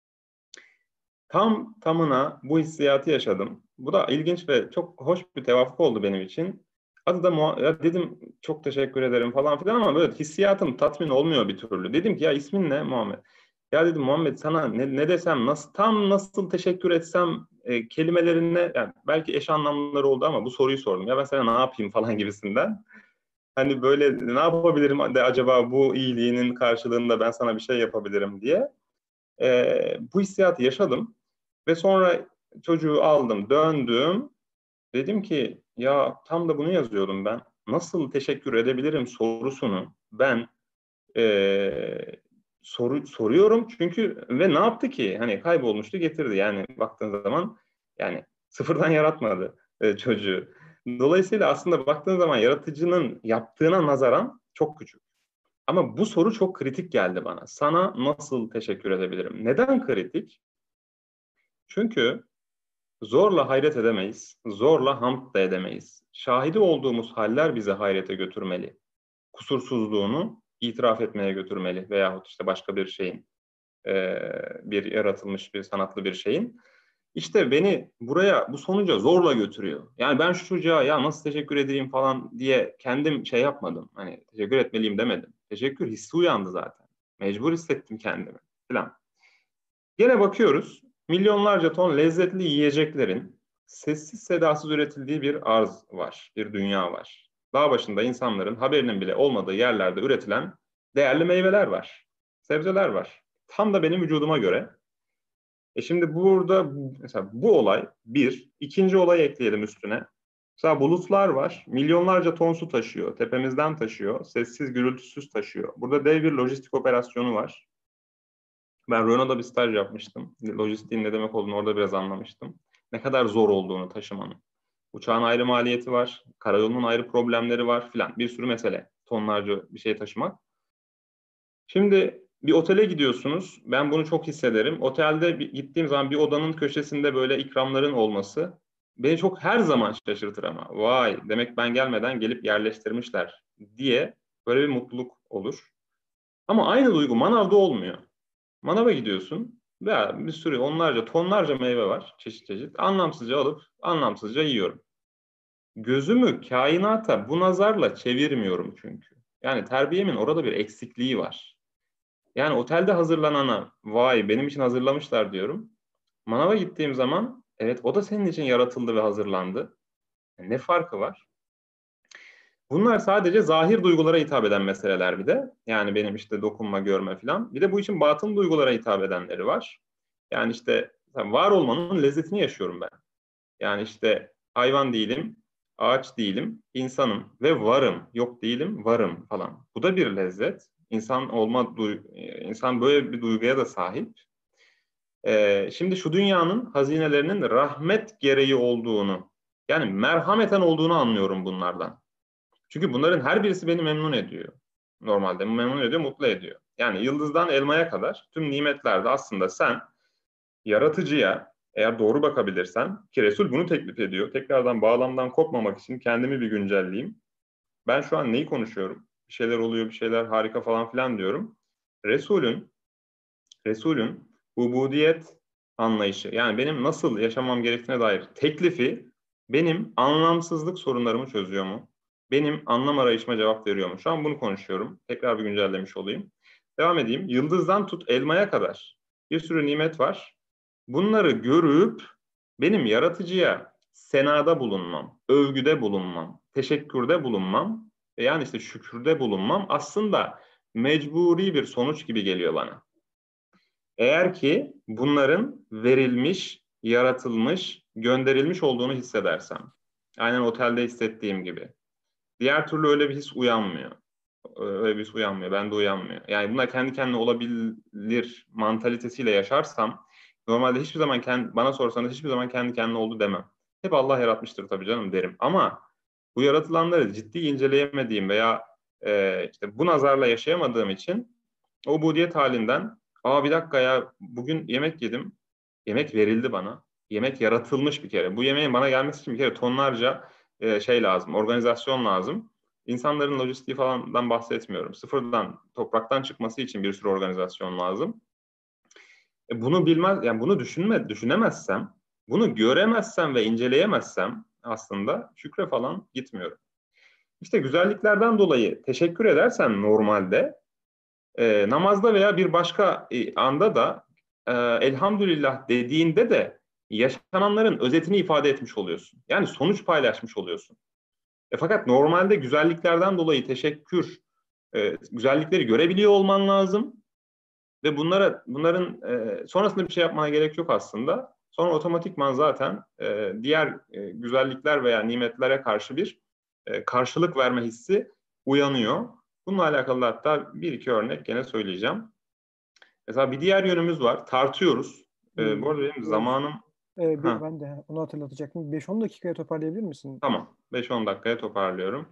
Tam tamına bu hissiyatı yaşadım. Bu da ilginç ve çok hoş bir tevafuk oldu benim için. Adı da ya dedim, çok teşekkür ederim falan filan, ama böyle hissiyatım tatmin olmuyor bir türlü. Dedim ki ya ismin ne Muhammed? Ya dedim Muhammed, sana ne desem, nasıl teşekkür etsem kelimelerine, yani belki eş anlamlıları oldu ama bu soruyu sordum. Ya ben sana ne yapayım falan gibisinden. Hani böyle ne yapabilirim de acaba bu iyiliğinin karşılığında ben sana bir şey yapabilirim diye. Bu hissiyatı yaşadım. Ve sonra çocuğu aldım, döndüm. Dedim ki ya tam da bunu yazıyordum ben. Nasıl teşekkür edebilirim sorusunu ben soruyorum. Çünkü ve ne yaptı ki? Hani kaybolmuştu, getirdi. Yani baktığın zaman yani sıfırdan yaratmadı çocuğu. Dolayısıyla aslında baktığın zaman yaratıcının yaptığına nazaran çok küçük. Ama bu soru çok kritik geldi bana. Sana nasıl teşekkür edebilirim? Neden kritik? Çünkü zorla hayret edemeyiz, zorla hamd da edemeyiz. Şahidi olduğumuz haller bizi hayrete götürmeli. Kusursuzluğunu itiraf etmeye götürmeli veyahut işte başka bir şeyin, bir yaratılmış bir sanatlı bir şeyin. İşte beni buraya, bu sonuca zorla götürüyor. Yani ben şu çocuğa ya nasıl teşekkür edeyim falan diye kendim şey yapmadım. Hani teşekkür etmeliyim demedim. Teşekkür hissi uyandı zaten. Mecbur hissettim kendimi falan. Yine bakıyoruz, milyonlarca ton lezzetli yiyeceklerin sessiz sedasız üretildiği bir arz var, bir dünya var. Dağ başında insanların haberinin bile olmadığı yerlerde üretilen değerli meyveler var, sebzeler var. Tam da benim vücuduma göre. Şimdi burada mesela bu olay bir, ikinci olay ekleyelim üstüne. Mesela bulutlar var, milyonlarca ton su taşıyor, tepemizden taşıyor, sessiz gürültüsüz taşıyor. Burada dev bir lojistik operasyonu var. Ben Renault'da bir staj yapmıştım. Lojistiğin ne demek olduğunu orada biraz anlamıştım. Ne kadar zor olduğunu taşımanın. Uçağın ayrı maliyeti var, karayolunun ayrı problemleri var filan. Bir sürü mesele. Tonlarca bir şey taşımak. Şimdi bir otele gidiyorsunuz. Ben bunu çok hissederim. Otelde gittiğim zaman bir odanın köşesinde böyle ikramların olması beni çok her zaman şaşırtır ama. Vay, demek ben gelmeden gelip yerleştirmişler diye böyle bir mutluluk olur. Ama aynı duygu manavda olmuyor. Manava gidiyorsun ve bir sürü onlarca tonlarca meyve var, çeşit çeşit. Anlamsızca alıp anlamsızca yiyorum. Gözümü kainata bu nazarla çevirmiyorum çünkü. Yani terbiyemin orada bir eksikliği var. Yani otelde hazırlanana vay benim için hazırlamışlar diyorum. Manava gittiğim zaman evet, o da senin için yaratıldı ve hazırlandı. Ne farkı var? Bunlar sadece zahir duygulara hitap eden meseleler bir de. Yani benim işte dokunma, görme falan. Bir de bu için batın duygulara hitap edenleri var. Yani işte var olmanın lezzetini yaşıyorum ben. Yani işte hayvan değilim ağaç değilim, insanım ve varım. Yok değilim, varım falan. Bu da bir lezzet. İnsan böyle bir duyguya da sahip. Şimdi şu dünyanın hazinelerinin rahmet gereği olduğunu, yani merhameten olduğunu anlıyorum bunlardan. Çünkü bunların her birisi beni memnun ediyor. Normalde memnun ediyor, mutlu ediyor. Yani yıldızdan elmaya kadar tüm nimetlerde aslında sen yaratıcıya eğer doğru bakabilirsen, ki Resul bunu teklif ediyor. Tekrardan bağlamdan kopmamak için kendimi bir güncelleyeyim. Ben şu an neyi konuşuyorum? Bir şeyler oluyor, bir şeyler harika falan filan diyorum. Resulün ubudiyet anlayışı, yani benim nasıl yaşamam gerektiğine dair teklifi benim anlamsızlık sorunlarımı çözüyor mu? Benim anlam arayışıma cevap veriyor mu? Şu an bunu konuşuyorum. Tekrar bir güncellemiş olayım. Devam edeyim. Yıldızdan tut elmaya kadar bir sürü nimet var. Bunları görüp benim yaratıcıya senada bulunmam, övgüde bulunmam, teşekkürde bulunmam, yani işte şükürde bulunmam aslında mecburi bir sonuç gibi geliyor bana. Eğer ki bunların verilmiş, yaratılmış, gönderilmiş olduğunu hissedersem. Aynen otelde hissettiğim gibi. Diğer türlü öyle bir his uyanmıyor. Öyle bir his uyanmıyor. Bende uyanmıyor. Yani bunlar kendi kendine olabilir mantalitesiyle yaşarsam normalde hiçbir zaman bana sorsanız hiçbir zaman kendi kendine oldu demem. Hep Allah yaratmıştır tabii canım derim. Ama bu yaratılanları ciddi inceleyemediğim veya işte bu nazarla yaşayamadığım için o ubudiyet halinden bir dakika ya bugün yemek yedim. Yemek verildi bana. Yemek yaratılmış bir kere. Bu yemeğin bana gelmesi için bir kere tonlarca şey lazım, organizasyon lazım. İnsanların lojistiği falandan bahsetmiyorum. Sıfırdan, topraktan çıkması için bir sürü organizasyon lazım. Bunu bilmez, yani bunu düşünemezsem, bunu göremezsem ve inceleyemezsem aslında şükre falan gitmiyorum. İşte güzelliklerden dolayı teşekkür edersen normalde namazda veya bir başka anda da elhamdülillah dediğinde de yaşananların özetini ifade etmiş oluyorsun. Yani sonuç paylaşmış oluyorsun. Fakat normalde güzelliklerden dolayı güzellikleri görebiliyor olman lazım ve bunların sonrasında bir şey yapmana gerek yok aslında. Sonra otomatikman zaten diğer güzellikler veya nimetlere karşı bir karşılık verme hissi uyanıyor. Bununla alakalı hatta bir iki örnek gene söyleyeceğim. Mesela bir diğer yönümüz var. Tartıyoruz. Bu arada benim Evet. zamanım... Ben de onu hatırlatacaktım. 5-10 dakikaya toparlayabilir misin? Tamam. 5-10 dakikaya toparlıyorum.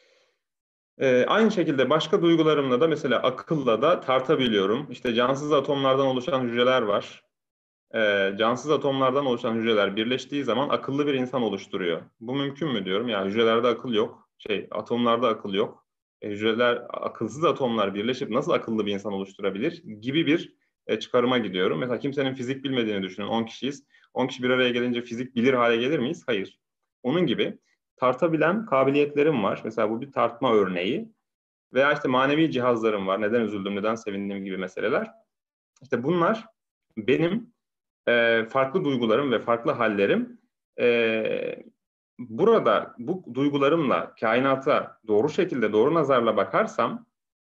Aynı şekilde başka duygularımla da mesela akılla da tartabiliyorum. İşte cansız atomlardan oluşan hücreler var. Cansız atomlardan oluşan hücreler birleştiği zaman akıllı bir insan oluşturuyor. Bu mümkün mü diyorum. Yani hücrelerde akıl yok. Atomlarda akıl yok. Akılsız atomlar birleşip nasıl akıllı bir insan oluşturabilir gibi bir çıkarıma gidiyorum. Mesela kimsenin fizik bilmediğini düşünün. 10 kişiyiz. 10 kişi bir araya gelince fizik bilir hale gelir miyiz? Hayır. Onun gibi tartabilen kabiliyetlerim var. Mesela bu bir tartma örneği. Veya işte manevi cihazlarım var. Neden üzüldüm, neden sevindim gibi meseleler. İşte bunlar benim farklı duygularım ve farklı hallerim. Burada bu duygularımla kainata doğru şekilde, doğru nazarla bakarsam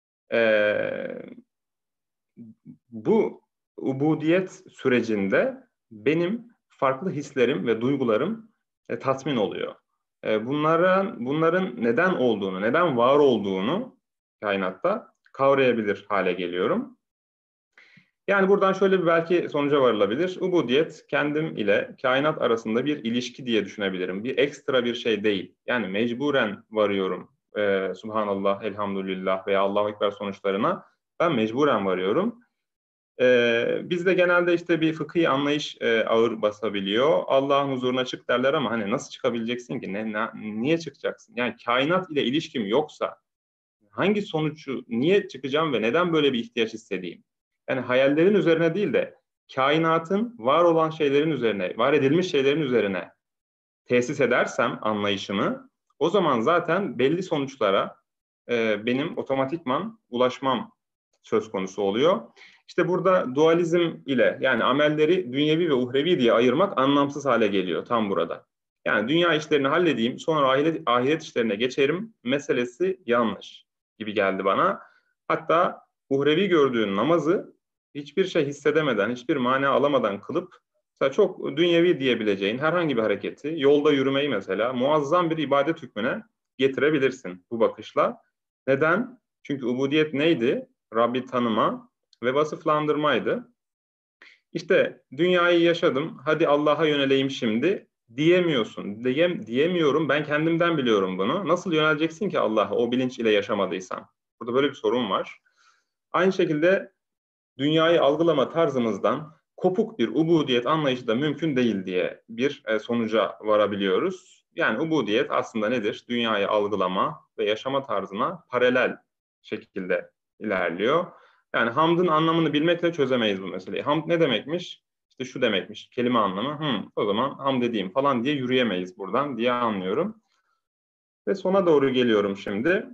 bu ubudiyet sürecinde benim farklı hislerim ve duygularım tatmin oluyor. Bunların neden olduğunu, neden var olduğunu kainatta kavrayabilir hale geliyorum. Yani buradan şöyle bir belki sonuca varılabilir. Ubudiyet kendim ile kainat arasında bir ilişki diye düşünebilirim. Bir ekstra bir şey değil. Yani mecburen varıyorum. Subhanallah, elhamdülillah veya Allahu Ekber sonuçlarına ben mecburen varıyorum. Bizde genelde işte bir fıkhi anlayış ağır basabiliyor. Allah'ın huzuruna çık derler ama hani nasıl çıkabileceksin ki? Niye çıkacaksın? Yani kainat ile ilişkim yoksa hangi sonucu, niye çıkacağım ve neden böyle bir ihtiyaç hissedeyim? Yani hayallerin üzerine değil de kainatın var olan şeylerin üzerine, var edilmiş şeylerin üzerine tesis edersem anlayışımı, o zaman zaten belli sonuçlara benim otomatikman ulaşmam söz konusu oluyor. İşte burada dualizm ile yani amelleri dünyevi ve uhrevi diye ayırmak anlamsız hale geliyor tam burada. Yani dünya işlerini halledeyim, sonra ahiret işlerine geçerim meselesi yanlış gibi geldi bana. Hatta uhrevi gördüğün namazı hiçbir şey hissedemeden, hiçbir mana alamadan kılıp Mesela çok dünyevi diyebileceğin herhangi bir hareketi, yolda yürümeyi mesela muazzam bir ibadet hükmüne getirebilirsin bu bakışla. Neden? Çünkü ubudiyet neydi? Rabbi tanıma ve vasıflandırmaydı. İşte dünyayı yaşadım, hadi Allah'a yöneleyim şimdi diyemiyorsun. Diyemiyorum, ben kendimden biliyorum bunu. Nasıl yöneleceksin ki Allah'a o bilinç ile yaşamadıysan? Burada böyle bir sorun var. Aynı şekilde dünyayı algılama tarzımızdan kopuk bir ubudiyet anlayışı da mümkün değil diye bir sonuca varabiliyoruz. Yani ubudiyet aslında nedir? Dünyayı algılama ve yaşama tarzına paralel şekilde ilerliyor. Yani hamdın anlamını bilmekle çözemeyiz bu meseleyi. Hamd ne demekmiş? İşte şu demekmiş, kelime anlamı. O zaman hamd edeyim falan diye yürüyemeyiz buradan diye anlıyorum. Ve sona doğru geliyorum şimdi.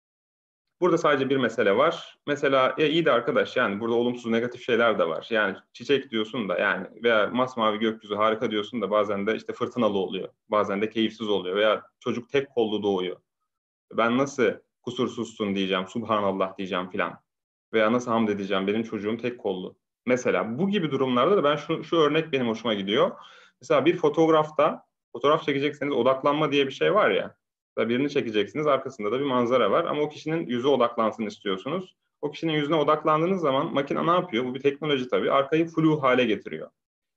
Burada sadece bir mesele var. Mesela iyi de arkadaş, yani burada olumsuz negatif şeyler de var. Yani çiçek diyorsun da, yani veya masmavi gökyüzü harika diyorsun da bazen de işte fırtınalı oluyor. Bazen de keyifsiz oluyor veya çocuk tek kollu doğuyor. Ben nasıl kusursuzsun diyeceğim, subhanallah diyeceğim filan. Veya nasıl hamd edeceğim, benim çocuğum tek kollu. Mesela bu gibi durumlarda da ben şu örnek benim hoşuma gidiyor. Mesela bir fotoğrafta, fotoğraf çekecekseniz odaklanma diye bir şey var ya. Birini çekeceksiniz, arkasında da bir manzara var ama o kişinin yüzü odaklansın istiyorsunuz. O kişinin yüzüne odaklandığınız zaman makine ne yapıyor? Bu bir teknoloji tabii. Arkayı flu hale getiriyor.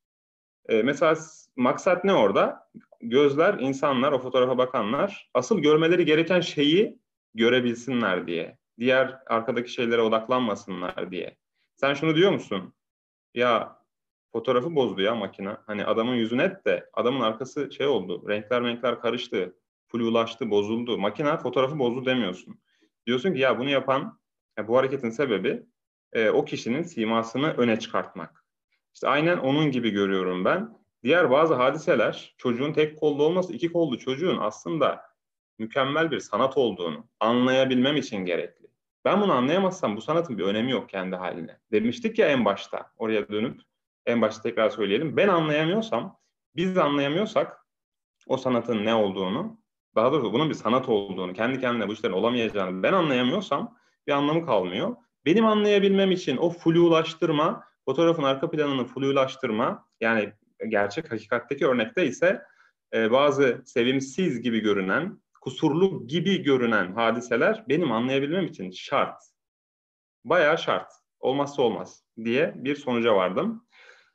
Mesela maksat ne orada? Gözler, insanlar, o fotoğrafa bakanlar asıl görmeleri gereken şeyi görebilsinler diye. Diğer arkadaki şeylere odaklanmasınlar diye. Sen şunu diyor musun? Ya fotoğrafı bozdu ya makine. Hani adamın yüzü net de adamın arkası şey oldu. Renkler karıştı. Flulaştı, bozuldu. Makine fotoğrafı bozdu demiyorsun. Diyorsun ki ya bunu yapan, bu hareketin sebebi o kişinin simasını öne çıkartmak. İşte aynen onun gibi görüyorum ben. Diğer bazı hadiseler, çocuğun tek kollu olması, iki kollu çocuğun aslında mükemmel bir sanat olduğunu anlayabilmem için gerekli. Ben bunu anlayamazsam bu sanatın bir önemi yok kendi haline. Demiştik ya en başta, oraya dönüp en başta tekrar söyleyelim. Ben anlayamıyorsam, biz anlayamıyorsak o sanatın ne olduğunu, daha doğrusu bunun bir sanat olduğunu, kendi kendine bu işlerin olamayacağını ben anlayamıyorsam bir anlamı kalmıyor. Benim anlayabilmem için o flulaştırma, fotoğrafın arka planını flulaştırma, yani gerçek hakikatteki örnekte ise bazı sevimsiz gibi görünen, kusurlu gibi görünen hadiseler benim anlayabilmem için şart. Bayağı şart. Olmazsa olmaz diye bir sonuca vardım.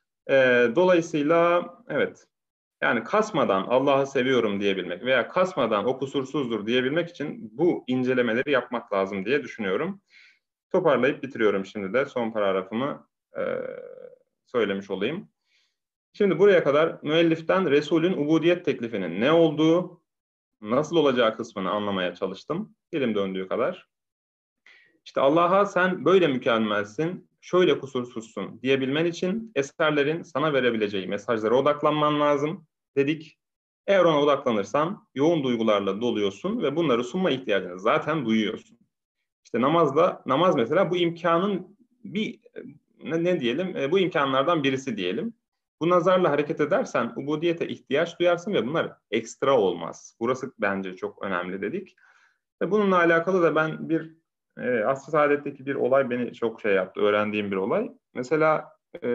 Dolayısıyla evet, yani kasmadan Allah'ı seviyorum diyebilmek veya kasmadan o kusursuzdur diyebilmek için bu incelemeleri yapmak lazım diye düşünüyorum. Toparlayıp bitiriyorum şimdi de son paragrafımı söylemiş olayım. Şimdi buraya kadar müelliften Resul'ün ubudiyet teklifinin ne olduğu, nasıl olacağı kısmını anlamaya çalıştım. Dilim döndüğü kadar. İşte Allah'a sen böyle mükemmelsin, şöyle kusursuzsun diyebilmen için eserlerin sana verebileceği mesajlara odaklanman lazım dedik. Eğer ona odaklanırsan yoğun duygularla doluyorsun ve bunları sunma ihtiyacını zaten duyuyorsun. İşte namaz mesela bu imkanın bir ne diyelim, bu imkanlardan birisi diyelim. Bu nazarla hareket edersen ubudiyete ihtiyaç duyarsın ve bunlar ekstra olmaz. Burası bence çok önemli dedik. Ve bununla alakalı da ben asr-ı saadetteki bir olay beni çok şey yaptı, öğrendiğim bir olay. Mesela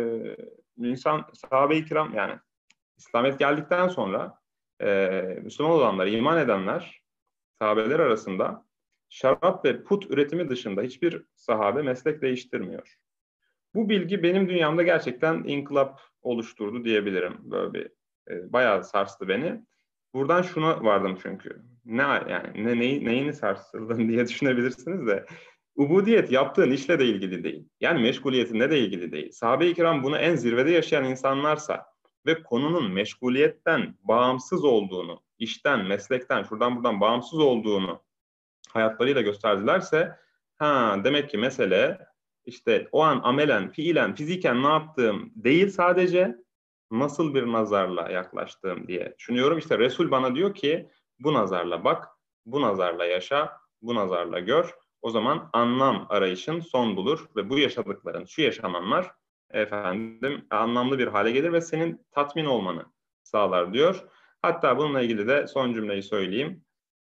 sahabe-i kiram, yani İslamiyet geldikten sonra Müslüman olanlar, iman edenler, sahabeler arasında şarap ve put üretimi dışında hiçbir sahabe meslek değiştirmiyor. Bu bilgi benim dünyamda gerçekten inkılap oluşturdu diyebilirim. Böyle bir bayağı sarstı beni. Buradan şuna vardım çünkü. Neyini sarsıldın diye düşünebilirsiniz de. Ubudiyet yaptığın işle de ilgili değil. Yani meşguliyetinle de ilgili değil. Sahabe-i kiram bunu en zirvede yaşayan insanlarsa ve konunun meşguliyetten bağımsız olduğunu, işten, meslekten, şuradan buradan bağımsız olduğunu hayatlarıyla gösterdilerse, demek ki mesele işte o an amelen, fiilen, fiziken ne yaptığım değil, sadece nasıl bir nazarla yaklaştığım diye düşünüyorum. İşte Resul bana diyor ki bu nazarla bak, bu nazarla yaşa, bu nazarla gör. O zaman anlam arayışın son bulur ve bu yaşadıkların, şu yaşananlar anlamlı bir hale gelir ve senin tatmin olmanı sağlar diyor. Hatta bununla ilgili de son cümleyi söyleyeyim.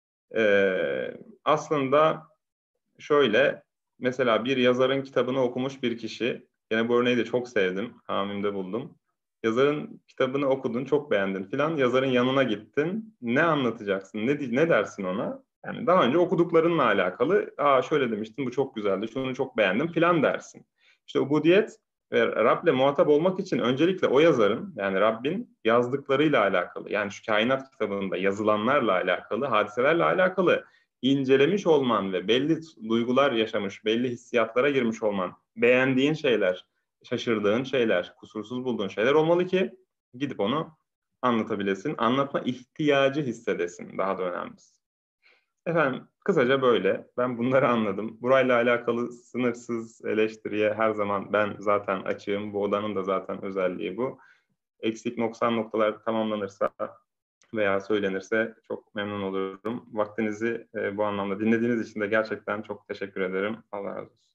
Aslında şöyle, mesela bir yazarın kitabını okumuş bir kişi, yine bu örneği de çok sevdim, hamimde buldum. Yazarın kitabını okudun, çok beğendin filan. Yazarın yanına gittin. Ne anlatacaksın? Ne dersin ona? Yani daha önce okuduklarınla alakalı. Aa şöyle demiştin, bu çok güzeldi, şunu çok beğendim filan dersin. İşte ubudiyet ve Rab'le muhatap olmak için öncelikle o yazarın, yani Rabbin yazdıklarıyla alakalı, yani şu kainat kitabında yazılanlarla alakalı, hadiselerle alakalı incelemiş olman ve belli duygular yaşamış, belli hissiyatlara girmiş olman, beğendiğin şeyler, şaşırdığın şeyler, kusursuz bulduğun şeyler olmalı ki gidip onu anlatabilesin. Anlatma ihtiyacı hissedesin, daha da önemlisi. Efendim kısaca böyle. Ben bunları anladım. Burayla alakalı sınırsız eleştiriye her zaman ben zaten açığım. Bu odanın da zaten özelliği bu. Eksik noksan noktalar tamamlanırsa veya söylenirse çok memnun olurum. Vaktinizi bu anlamda dinlediğiniz için de gerçekten çok teşekkür ederim. Allah razı olsun.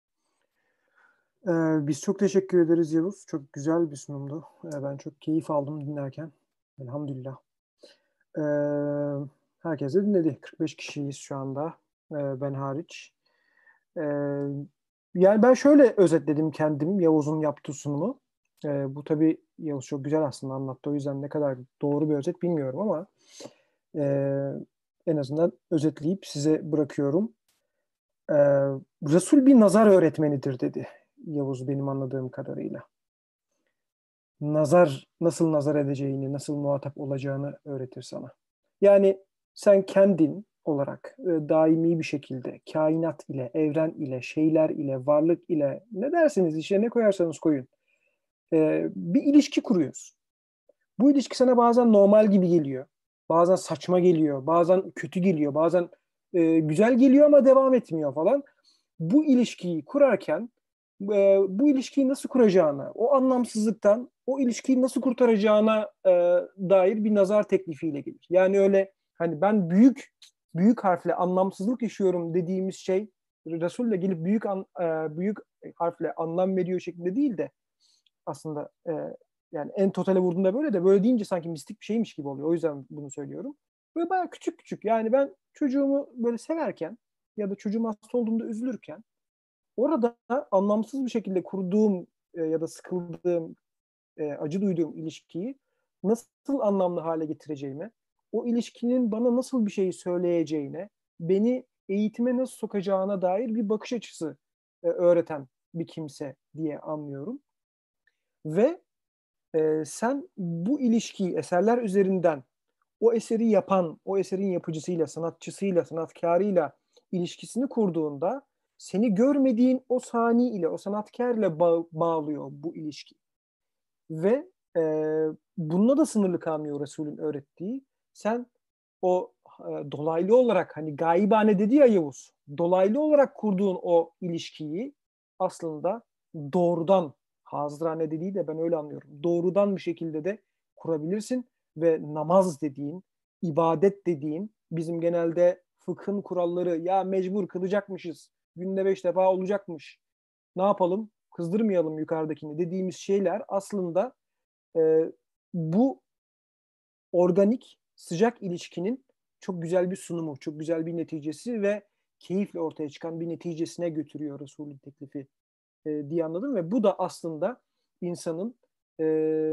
Biz çok teşekkür ederiz Yavuz. Çok güzel bir sunumdu. Ben çok keyif aldım dinlerken. Elhamdülillah. Herkes de dinledi. 45 kişiyiz şu anda. Ben hariç. Ee, Yani ben şöyle özetledim kendim Yavuz'un yaptığı sunumu. Bu tabii Yavuz çok güzel aslında anlattı. O yüzden ne kadar doğru bir özet bilmiyorum ama e, en azından özetleyip size bırakıyorum. Ee, Resul bir nazar öğretmenidir dedi Yavuz benim anladığım kadarıyla. Nasıl nazar edeceğini, nasıl muhatap olacağını öğretir sana. Yani sen kendin olarak daimi bir şekilde kainat ile, evren ile, şeyler ile, varlık ile ne derseniz işte ne koyarsanız koyun. Bir ilişki kuruyorsun. Bu ilişki sana bazen normal gibi geliyor. Bazen saçma geliyor. Bazen kötü geliyor. Bazen güzel geliyor ama devam etmiyor falan. Bu ilişkiyi kurarken bu ilişkiyi nasıl kuracağına, o anlamsızlıktan o ilişkiyi nasıl kurtaracağına dair bir nazar teklifiyle gelir. Yani öyle hani ben büyük harfle anlamsızlık yaşıyorum dediğimiz şey Resul'le gelip büyük harfle anlam veriyor şeklinde değil de aslında yani en totale vurduğunda böyle de böyle deyince sanki mistik bir şeymiş gibi oluyor. O yüzden bunu söylüyorum. Böyle bayağı küçük küçük yani ben çocuğumu böyle severken ya da çocuğum hasta olduğunda üzülürken orada anlamsız bir şekilde kurduğum ya da sıkıldığım, acı duyduğum ilişkiyi nasıl anlamlı hale getireceğime, o ilişkinin bana nasıl bir şey söyleyeceğine, beni eğitime nasıl sokacağına dair bir bakış açısı öğreten bir kimse diye anlıyorum. Ve sen bu ilişkiyi eserler üzerinden o eseri yapan, o eserin yapıcısıyla, sanatçısıyla, sanatkarıyla ilişkisini kurduğunda seni görmediğin o sani ile, o sanatkarla bağlıyor bu ilişki. Ve e, bununla da sınırlı kalmıyor Resul'ün öğrettiği. Sen o dolaylı olarak hani gaibane dedi ya Yavuz, dolaylı olarak kurduğun o ilişkiyi aslında doğrudan hazırane dediği de ben öyle anlıyorum. Doğrudan bir şekilde de kurabilirsin ve namaz dediğin, ibadet dediğin bizim genelde fıkhın kuralları ya mecbur kılacakmışız, günde 5 defa olacakmış. Ne yapalım? Kızdırmayalım yukarıdakini dediğimiz şeyler aslında e, bu organik, sıcak ilişkinin çok güzel bir sunumu, çok güzel bir neticesi ve keyifle ortaya çıkan bir neticesine götürüyor Resul'ün teklifi diye anladım ve bu da aslında insanın e,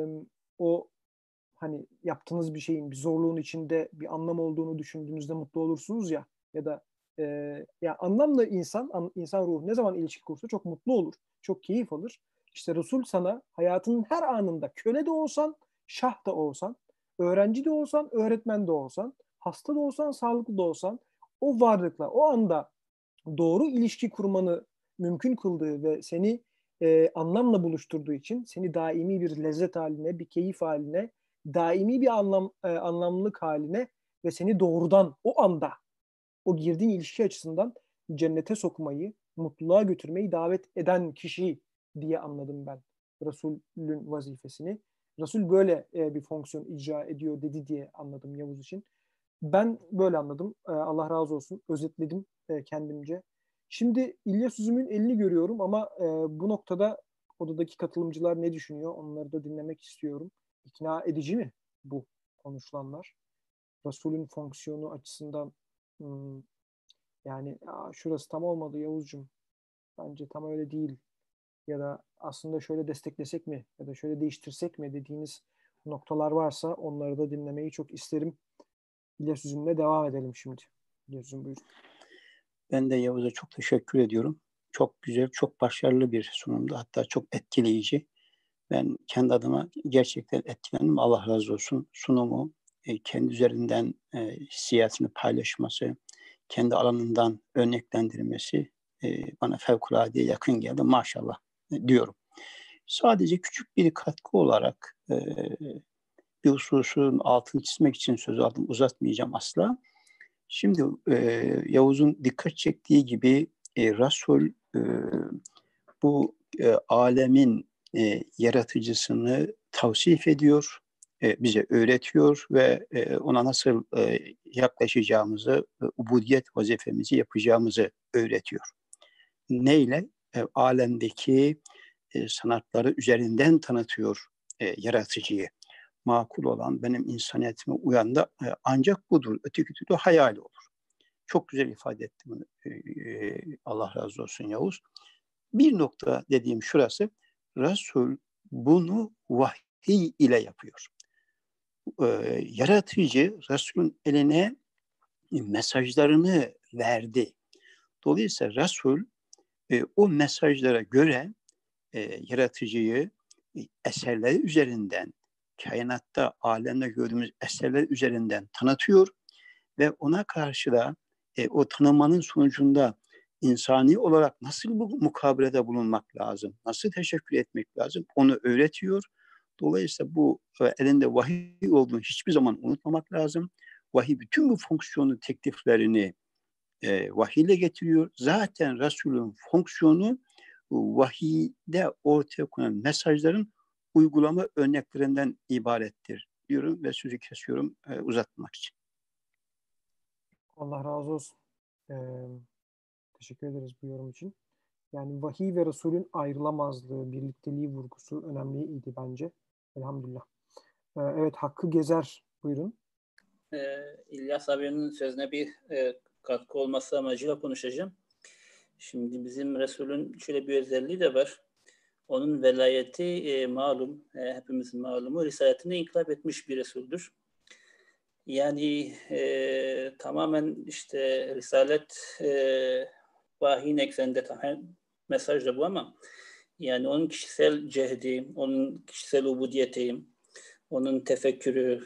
o hani yaptığınız bir şeyin bir zorluğun içinde bir anlam olduğunu düşündüğünüzde mutlu olursunuz ya ya da e, ya anlamlı insan ruhu ne zaman ilişki kursa çok mutlu olur, çok keyif alır. İşte Resul sana hayatının her anında köle de olsan, şah da olsan, öğrenci de olsan, öğretmen de olsan, hasta da olsan, sağlıklı da olsan o varlıkla o anda doğru ilişki kurmanı mümkün kıldığı ve seni anlamla buluşturduğu için seni daimi bir lezzet haline, bir keyif haline, daimi bir anlamlılık haline ve seni doğrudan o anda o girdiğin ilişki açısından cennete sokmayı, mutluluğa götürmeyi davet eden kişi diye anladım ben Resul'ün vazifesini. Resul böyle bir fonksiyon icra ediyor dedi diye anladım Yavuz için. Ben böyle anladım. Allah razı olsun. Özetledim kendimce. Şimdi İlyas Üzüm'ün elini görüyorum ama bu noktada odadaki katılımcılar ne düşünüyor? Onları da dinlemek istiyorum. İkna edici mi bu konuşulanlar? Resul'ün fonksiyonu açısından yani şurası tam olmadı Yavuzcuğum. Bence tam öyle değil. ya da aslında şöyle desteklesek mi ya da şöyle değiştirsek mi dediğiniz noktalar varsa onları da dinlemeyi çok isterim. İlyas Üzüm'le devam edelim şimdi. İlyas Üzüm buyurun. Ben de Yavuz'a çok teşekkür ediyorum. Çok güzel, çok başarılı bir sunumdu. Hatta çok etkileyici. Ben kendi adıma gerçekten etkilendim. Allah razı olsun. Sunumu, kendi üzerinden hissiyatını paylaşması, kendi alanından örneklendirmesi bana fevkalade yakın geldi. Maşallah diyorum. Sadece küçük bir katkı olarak bir hususun altını çizmek için söz aldım. Uzatmayacağım asla. Şimdi Yavuz'un dikkat çektiği gibi Resul bu alemin yaratıcısını tavsif ediyor, bize öğretiyor ve ona nasıl yaklaşacağımızı, ubudiyet vazifemizi yapacağımızı öğretiyor. Neyle? Alemdeki sanatları üzerinden tanıtıyor yaratıcıyı. Makul olan, benim insaniyetime uyan da ancak budur. Öteki türlü hayal olur. Çok güzel ifade etti bunu. Allah razı olsun Yavuz. Bir nokta dediğim şurası, Resul bunu vahiy ile yapıyor. Yaratıcı Resul'ün eline mesajlarını verdi. Dolayısıyla Resul o mesajlara göre yaratıcıyı eserleri üzerinden, kainatta, alemde gördüğümüz eserler üzerinden tanıtıyor ve ona karşı da o tanımanın sonucunda insani olarak nasıl bu mukabelede bulunmak lazım, nasıl teşekkür etmek lazım onu öğretiyor. Dolayısıyla bu elinde vahiy olduğunu hiçbir zaman unutmamak lazım. Vahiy bütün bu fonksiyonu, tekliflerini vahiyle getiriyor. Zaten Resul'ün fonksiyonu vahiyde ortaya konan mesajların uygulama örneklerinden ibarettir diyorum ve sözü kesiyorum uzatmak için. Allah razı olsun. Teşekkür ederiz bu yorum için. Yani vahiy ve Resul'ün ayrılamazlığı, birlikteliği vurgusu önemliydi bence. Elhamdülillah. Evet, Hakkı Gezer buyurun. İlyas abinin sözüne bir katkı olması amacıyla konuşacağım. Şimdi bizim Resul'ün şöyle bir özelliği de var. Onun velayeti malum, hepimizin malumu, risaletini inkılap etmiş bir Resul'dür. Yani tamamen işte risalet vahyin ekseninde mesaj da bu ama yani onun kişisel cehdi, onun kişisel ubudiyeti, onun tefekkürü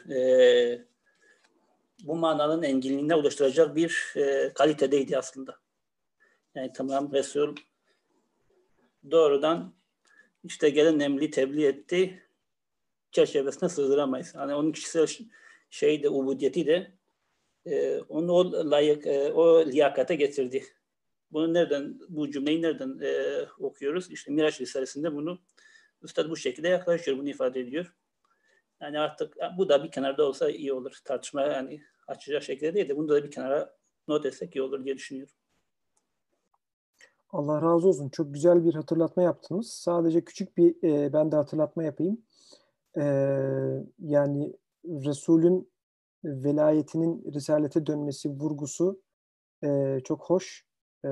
bu mananın enginliğine ulaştıracak bir kalitedeydi aslında. Yani tamam Resul doğrudan işte gelen emri tebliğ etti çerçevesine sığdıramayız. Yani onun kişisel şeyde ubudiyeti de onu o liyakate getirdi. Bu cümleyi nereden okuyoruz? İşte Miraç Risalesi'nde bunu Üstad bu şekilde yaklaşıyor, bunu ifade ediyor. Yani artık bu da bir kenarda olsa iyi olur. Tartışma yani açacak şekilde değil de bunu da bir kenara not etsek iyi olur diye düşünüyorum. Allah razı olsun. Çok güzel bir hatırlatma yaptınız. Sadece küçük bir ben de hatırlatma yapayım. Yani Resul'ün velayetinin risalete dönmesi vurgusu çok hoş.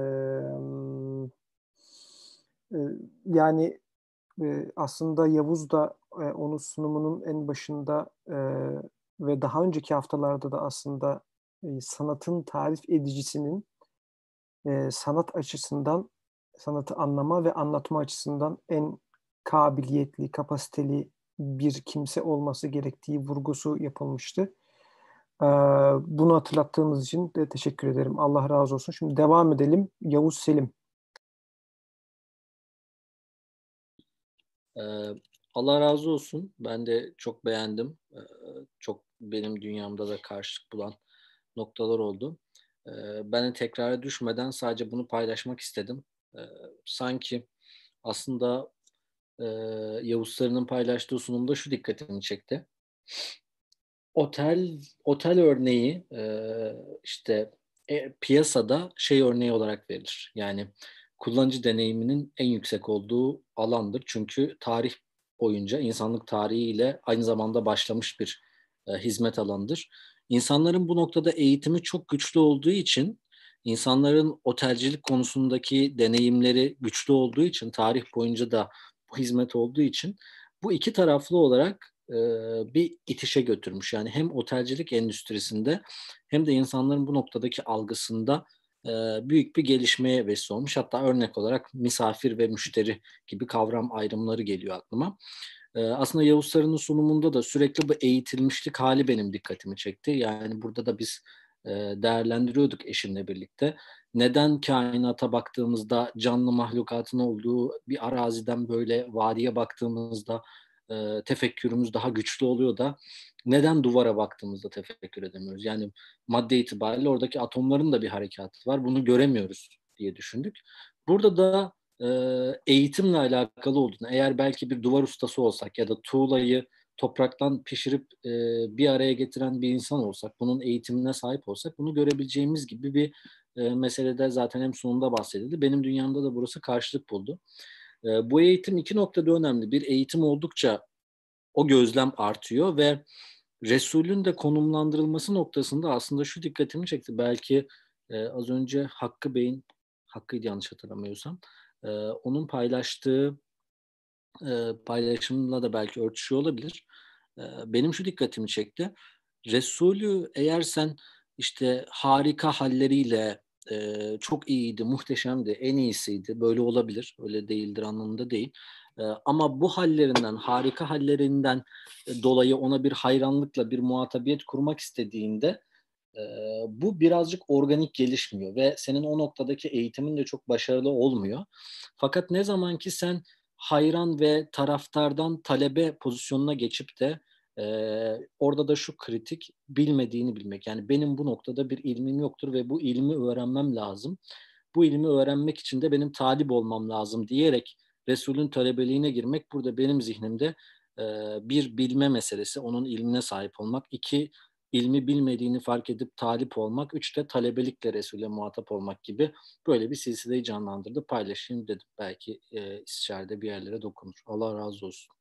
Yani aslında Yavuz da onun sunumunun en başında ve daha önceki haftalarda da aslında sanatın tarif edicisinin sanat açısından, sanatı anlama ve anlatma açısından en kabiliyetli, kapasiteli bir kimse olması gerektiği vurgusu yapılmıştı. Bunu hatırlattığınız için de teşekkür ederim. Allah razı olsun. Şimdi devam edelim. Yavuz Selim. Allah razı olsun. Ben de çok beğendim. Çok benim dünyamda da karşılık bulan noktalar oldu. Ben de tekrara düşmeden sadece bunu paylaşmak istedim. Sanki aslında Yavuz Sarı'nın paylaştığı sunumda şu dikkatimi çekti. Otel örneği işte piyasada şey örneği olarak verilir. Yani kullanıcı deneyiminin en yüksek olduğu alandır. Çünkü tarih boyunca insanlık tarihiyle aynı zamanda başlamış bir hizmet alanıdır. İnsanların bu noktada eğitimi çok güçlü olduğu için insanların otelcilik konusundaki deneyimleri güçlü olduğu için, tarih boyunca da bu hizmet olduğu için bu iki taraflı olarak bir itişe götürmüş. Yani hem otelcilik endüstrisinde hem de insanların bu noktadaki algısında büyük bir gelişmeye vesile olmuş. Hatta örnek olarak misafir ve müşteri gibi kavram ayrımları geliyor aklıma. Aslında Yavuz Sarı'nın sunumunda da sürekli bu eğitilmişlik hali benim dikkatimi çekti. Yani burada da biz değerlendiriyorduk eşimle birlikte. Neden kainata baktığımızda canlı mahlukatın olduğu bir araziden böyle vadiye baktığımızda tefekkürümüz daha güçlü oluyor da neden duvara baktığımızda tefekkür edemiyoruz? Yani madde itibariyle oradaki atomların da bir harekatı var. Bunu göremiyoruz diye düşündük. Burada da eğitimle alakalı olduğunu, eğer belki bir duvar ustası olsak ya da tuğlayı topraktan pişirip bir araya getiren bir insan olsak, bunun eğitimine sahip olsak bunu görebileceğimiz gibi bir meselede zaten hem sunumda bahsedildi. Benim dünyamda da burası karşılık buldu. Bu eğitim iki noktada önemli. Bir, eğitim oldukça o gözlem artıyor ve Resul'ün de konumlandırılması noktasında aslında şu dikkatimi çekti. Belki az önce Hakkı Bey'in, Hakkı'ydı yanlış hatırlamıyorsam, onun paylaştığı paylaşımla da belki örtüşüyor olabilir. Benim şu dikkatimi çekti. Resulü eğer sen işte harika halleriyle çok iyiydi, muhteşemdi, en iyisiydi, böyle olabilir, öyle değildir anlamında değil. Ama bu hallerinden, harika hallerinden dolayı ona bir hayranlıkla bir muhatabiyet kurmak istediğinde bu birazcık organik gelişmiyor ve senin o noktadaki eğitimin de çok başarılı olmuyor. Fakat ne zaman ki sen hayran ve taraftardan talebe pozisyonuna geçip de orada da şu kritik, bilmediğini bilmek. Yani benim bu noktada bir ilmim yoktur ve bu ilmi öğrenmem lazım. Bu ilmi öğrenmek için de benim talip olmam lazım diyerek Resul'ün talebeliğine girmek burada benim zihnimde bir bilme meselesi, onun ilmine sahip olmak. İki, ilmi bilmediğini fark edip talip olmak. Üç de talebelikle Resul'e muhatap olmak gibi böyle bir silsileyi canlandırdı. Paylaşayım dedim. Belki istişarede bir yerlere dokunur. Allah razı olsun.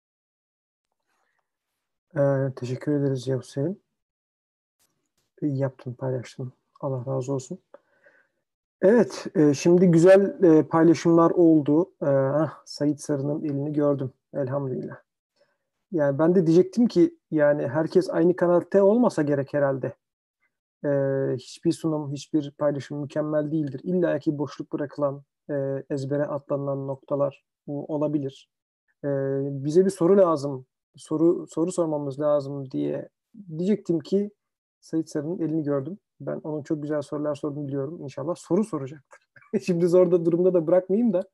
Teşekkür ederiz Yavuz Selim. İyi yaptın, paylaştın. Allah razı olsun. Evet, şimdi güzel paylaşımlar oldu. Sait Sarı'nın elini gördüm. Elhamdülillah. Yani ben de diyecektim ki yani herkes aynı kanalda olmasa gerek herhalde. Hiçbir sunum, hiçbir paylaşım mükemmel değildir. İlla ki boşluk bırakılan, ezbere atlanılan noktalar olabilir. Bize bir soru lazım, soru sormamız lazım diye diyecektim ki Sait Sarı'nın elini gördüm. Ben onun çok güzel sorular sorduğunu biliyorum. İnşallah soru soracaktır. Şimdi zor da durumda da bırakmayayım da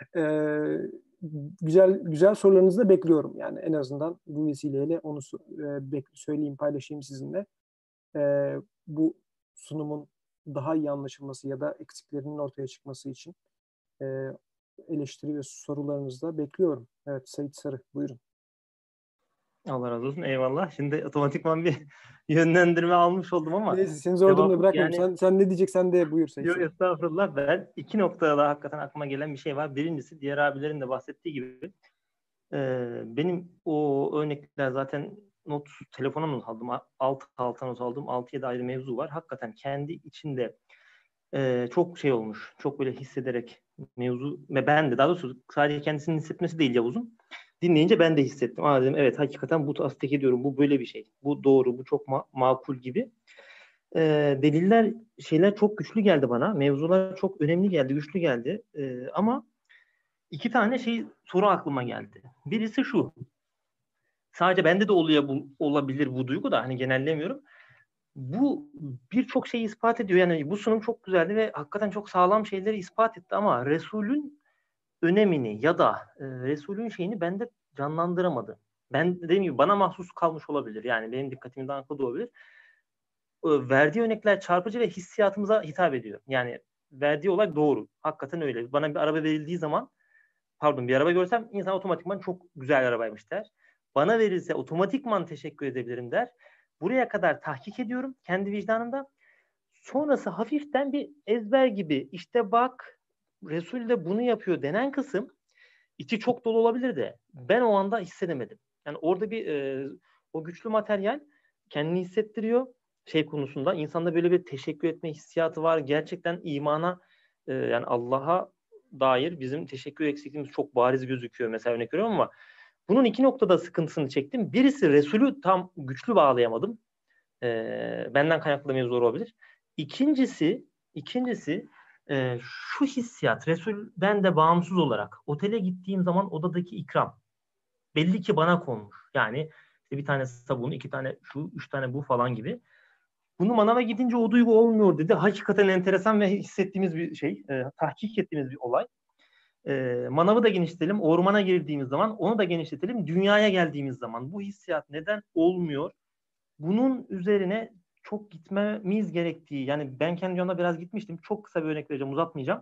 güzel sorularınızı da bekliyorum. Yani en azından bu vesileyle onu söyleyeyim, paylaşayım sizinle. Bu sunumun daha iyi anlaşılması ya da eksiklerinin ortaya çıkması için eleştiri ve sorularınızı da bekliyorum. Evet, Sait Sarı, buyurun. Allah razı olsun. Eyvallah. Şimdi otomatikman bir yönlendirme almış oldum ama. Neyse, seni zor durumda bırakmayayım. Yani, sen ne diyeceksen de buyur Sait Sarı. Yok estağfurullah. Ben iki noktada hakikaten aklıma gelen bir şey var. Birincisi diğer abilerin de bahsettiği gibi benim o örnekler zaten telefona not aldım. Alta not aldım. 6-7 ayrı mevzu var. Hakikaten kendi içinde çok şey olmuş. Çok böyle hissederek mevzu ve ben de daha doğrusu sadece kendisinin hissetmesi değil Yavuz'un. Dinleyince ben de hissettim. Dedim evet hakikaten bu tasdik ediyorum. Bu böyle bir şey. Bu doğru. Bu çok makul gibi. Deliller, şeyler çok güçlü geldi bana. Mevzular çok önemli geldi, güçlü geldi. Ama iki tane soru aklıma geldi. Birisi şu. Sadece bende de olabilir bu duygu da hani genellemiyorum. Bu birçok şeyi ispat ediyor. Yani bu sunum çok güzeldi ve hakikaten çok sağlam şeyleri ispat etti ama Resul'ün önemini ya da Resul'ün şeyini bende canlandıramadı. Ben dediğim gibi bana mahsus kalmış olabilir. Yani benim dikkatimi dağınıklı da olabilir. Verdiği örnekler çarpıcı ve hissiyatımıza hitap ediyor. Yani verdiği olay doğru. Hakikaten öyle. Bana bir araba verildiği zaman bir araba görsem insan otomatikman çok güzel arabaymış der. Bana verilse otomatikman teşekkür edebilirim der. Buraya kadar tahkik ediyorum kendi vicdanımda. Sonrası hafiften bir ezber gibi işte bak Resul de bunu yapıyor denen kısım içi çok dolu olabilir de ben o anda hissedemedim. Yani orada bir o güçlü materyal kendini hissettiriyor. şey konusunda insanda böyle bir teşekkür etme hissiyatı var. Gerçekten imana yani Allah'a dair bizim teşekkür eksikliğimiz çok bariz gözüküyor. Mesela örnek veriyorum ama bunun iki noktada sıkıntısını çektim. Birisi Resulü tam güçlü bağlayamadım. Benden kaynaklı mevzu olabilir. İkincisi şu hissiyat Resul'den de bağımsız olarak otele gittiğim zaman odadaki ikram belli ki bana konmuş. Yani işte bir tane sabun, 2 tane şu, 3 tane bu falan gibi. Bunu manava gidince o duygu olmuyor dedi. Hakikaten enteresan ve hissettiğimiz bir şey. Tahkik ettiğimiz bir olay. Manavı da genişletelim. Ormana girdiğimiz zaman onu da genişletelim. Dünyaya geldiğimiz zaman bu hissiyat neden olmuyor? Bunun üzerine çok gitmemiz gerektiği, yani ben kendi yolumda biraz gitmiştim. Çok kısa bir örnek vereceğim, uzatmayacağım.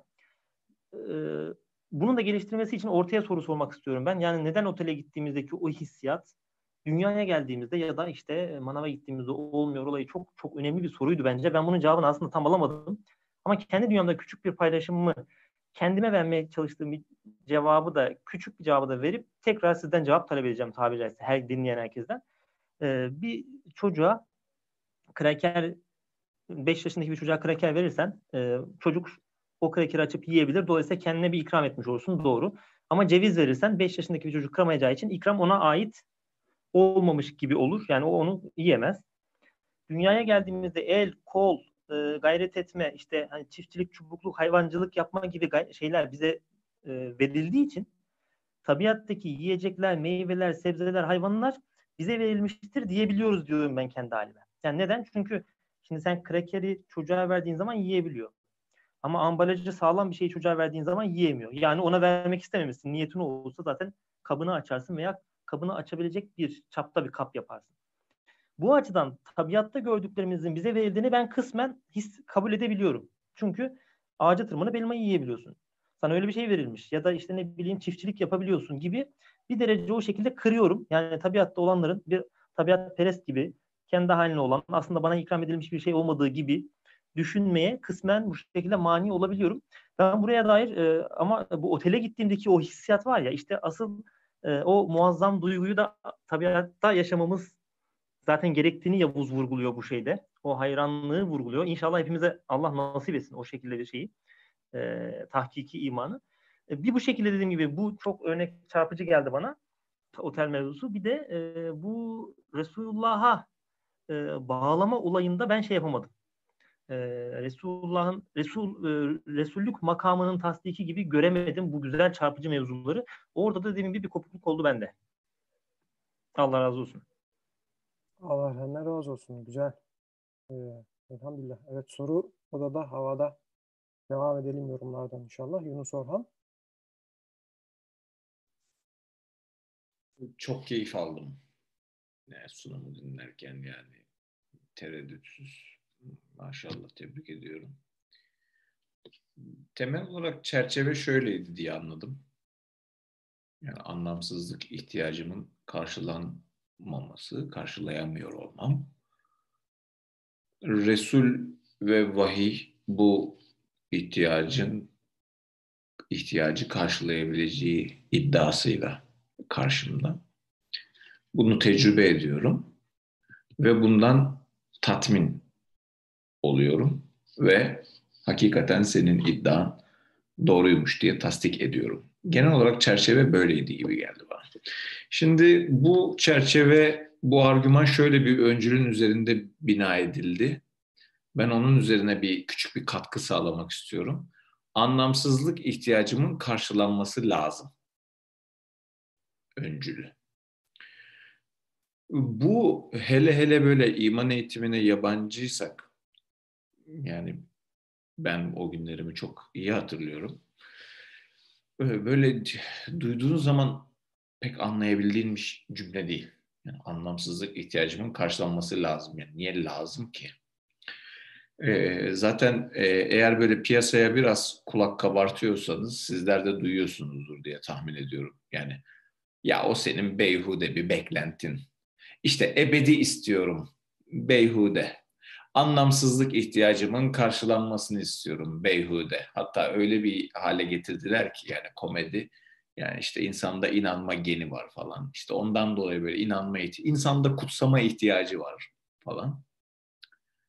Bunun da geliştirmesi için ortaya soru sormak istiyorum ben. Yani neden otele gittiğimizdeki o hissiyat dünyaya geldiğimizde ya da işte manava gittiğimizde olmuyor olayı çok çok önemli bir soruydu bence. Ben bunun cevabını aslında tam alamadım. Ama kendi dünyamda küçük bir paylaşımımı kendime vermeye çalıştığım bir cevabı da küçük bir cevabı da verip tekrar sizden cevap talep edeceğim tabiri caizse her dinleyen herkesten. Bir çocuğa kraker 5 yaşındaki bir çocuğa kraker verirsen çocuk o krakeri açıp yiyebilir. Dolayısıyla kendine bir ikram etmiş olursun. Doğru. Ama ceviz verirsen 5 yaşındaki bir çocuk kıramayacağı için ikram ona ait olmamış gibi olur. Yani o onu yiyemez. Dünyaya geldiğimizde el, kol, gayret etme, işte hani çiftçilik, çubukluk, hayvancılık yapma gibi şeyler bize verildiği için tabiattaki yiyecekler, meyveler, sebzeler, hayvanlar bize verilmiştir diyebiliyoruz diyorum ben kendi halime. Yani neden? Çünkü şimdi sen krakeri çocuğa verdiğin zaman yiyebiliyor. Ama ambalajı sağlam bir şeyi çocuğa verdiğin zaman yiyemiyor. Yani ona vermek istememişsin. Niyetin olsa zaten kabını açarsın veya kabını açabilecek bir çapta bir kap yaparsın. Bu açıdan tabiatta gördüklerimizin bize verildiğini ben kısmen kabul edebiliyorum. Çünkü ağaca tırmanıp elmayı yiyebiliyorsun. Sana öyle bir şey verilmiş ya da işte ne bileyim çiftçilik yapabiliyorsun gibi bir derece o şekilde kırıyorum. Yani tabiatta olanların bir tabiatperest gibi kendi haline olan aslında bana ikram edilmiş bir şey olmadığı gibi düşünmeye kısmen bu şekilde mani olabiliyorum. Ben buraya dair ama bu otele gittiğimdeki o hissiyat var ya işte asıl o muazzam duyguyu da tabiatta yaşamamız zaten gerektiğini Yavuz vurguluyor bu şeyde. O hayranlığı vurguluyor. İnşallah hepimize Allah nasip etsin o şekilde bir şeyi. Tahkiki imanı. Bir bu şekilde dediğim gibi bu çok örnek çarpıcı geldi bana. Otel mevzusu. Bir de bu Resulullah'a bağlama olayında ben şey yapamadım. Resullük makamının tasdiki gibi göremedim bu güzel çarpıcı mevzuları. Orada da dediğim gibi bir kopukluk oldu bende. Allah razı olsun. Allah senden razı olsun. Güzel. Elhamdülillah. Evet, soru odada, havada. Devam edelim yorumlardan inşallah. Yunus Orhan. Çok keyif aldım. Sunumu dinlerken yani tereddütsüz. Maşallah, tebrik ediyorum. Temel olarak çerçeve şöyleydi diye anladım. Yani anlamsızlık ihtiyacımın karşılanmaması, karşılayamıyor olmam. Resul ve vahiy bu ihtiyacı karşılayabileceği iddiasıyla karşımda. Bunu tecrübe ediyorum ve bundan tatmin oluyorum ve hakikaten senin iddian doğruymuş diye tasdik ediyorum. Genel olarak çerçeve böyleydi gibi geldi bana. Şimdi bu çerçeve, bu argüman şöyle bir öncülün üzerinde bina edildi. Ben onun üzerine küçük bir katkı sağlamak istiyorum. Anlamsızlık ihtiyacımın karşılanması lazım. Öncülü. Bu hele böyle iman eğitimine yabancıysak, yani ben o günlerimi çok iyi hatırlıyorum. Böyle duyduğun zaman pek anlayabildiğin bir cümle değil. Yani anlamsızlık ihtiyacımın karşılanması lazım. Yani niye lazım ki? Zaten eğer böyle piyasaya biraz kulak kabartıyorsanız sizler de duyuyorsunuzdur diye tahmin ediyorum. Yani ya o senin beyhude bir beklentin. İşte ebedi istiyorum, beyhude. Anlamsızlık ihtiyacımın karşılanmasını istiyorum, beyhude. Hatta öyle bir hale getirdiler ki yani komedi. Yani işte insanda inanma geni var falan. İşte ondan dolayı böyle insanda kutsama ihtiyacı var falan.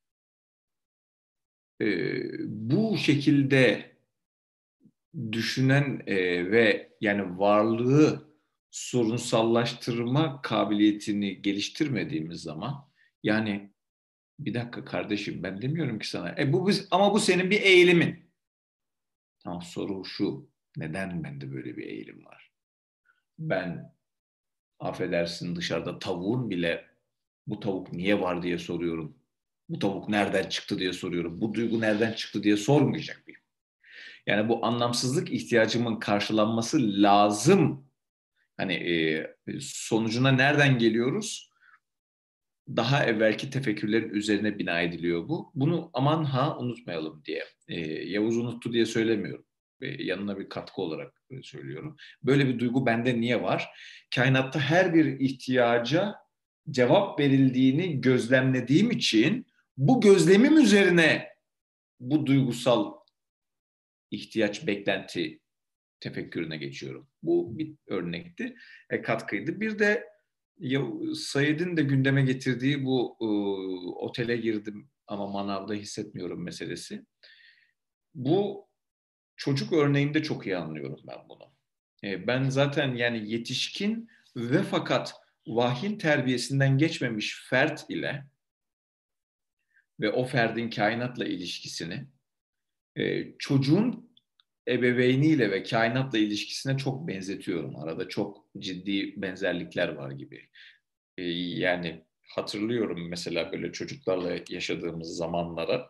bu şekilde düşünen ve yani varlığı sorunsallaştırma kabiliyetini geliştirmediğimiz zaman, yani bir dakika kardeşim, ben demiyorum ki sana ama bu senin bir eğilimin. Tamam, soru şu: neden bende böyle bir eğilim var? Ben, affedersin, dışarıda tavuğun bile bu tavuk niye var diye soruyorum. Bu tavuk nereden çıktı diye soruyorum. Bu duygu nereden çıktı diye sormayacak mıyım? Yani bu anlamsızlık ihtiyacımın karşılanması lazım. Hani sonucuna nereden geliyoruz? Daha evvelki tefekkürlerin üzerine bina ediliyor bu. Bunu aman ha unutmayalım diye. Yavuz unuttu diye söylemiyorum. Yanına bir katkı olarak söylüyorum. Böyle bir duygu bende niye var? Kainatta her bir ihtiyaca cevap verildiğini gözlemlediğim için bu gözlemim üzerine bu duygusal ihtiyaç, beklenti tefekkürüne geçiyorum. Bu bir örnekti, katkıydı. Bir de Said'in de gündeme getirdiği bu otele girdim ama manavda hissetmiyorum meselesi. Bu çocuk örneğinde çok iyi anlıyorum ben bunu. Ben zaten yani yetişkin ve fakat vahyin terbiyesinden geçmemiş fert ile ve o ferdin kainatla ilişkisini çocuğun ebeveyniyle ve kainatla ilişkisine çok benzetiyorum. Arada çok ciddi benzerlikler var gibi. Yani hatırlıyorum mesela böyle çocuklarla yaşadığımız zamanlara.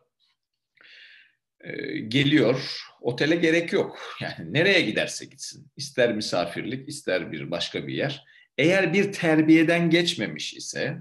Geliyor, otele gerek yok. Yani nereye giderse gitsin. İster misafirlik, ister bir başka bir yer. Eğer bir terbiyeden geçmemiş ise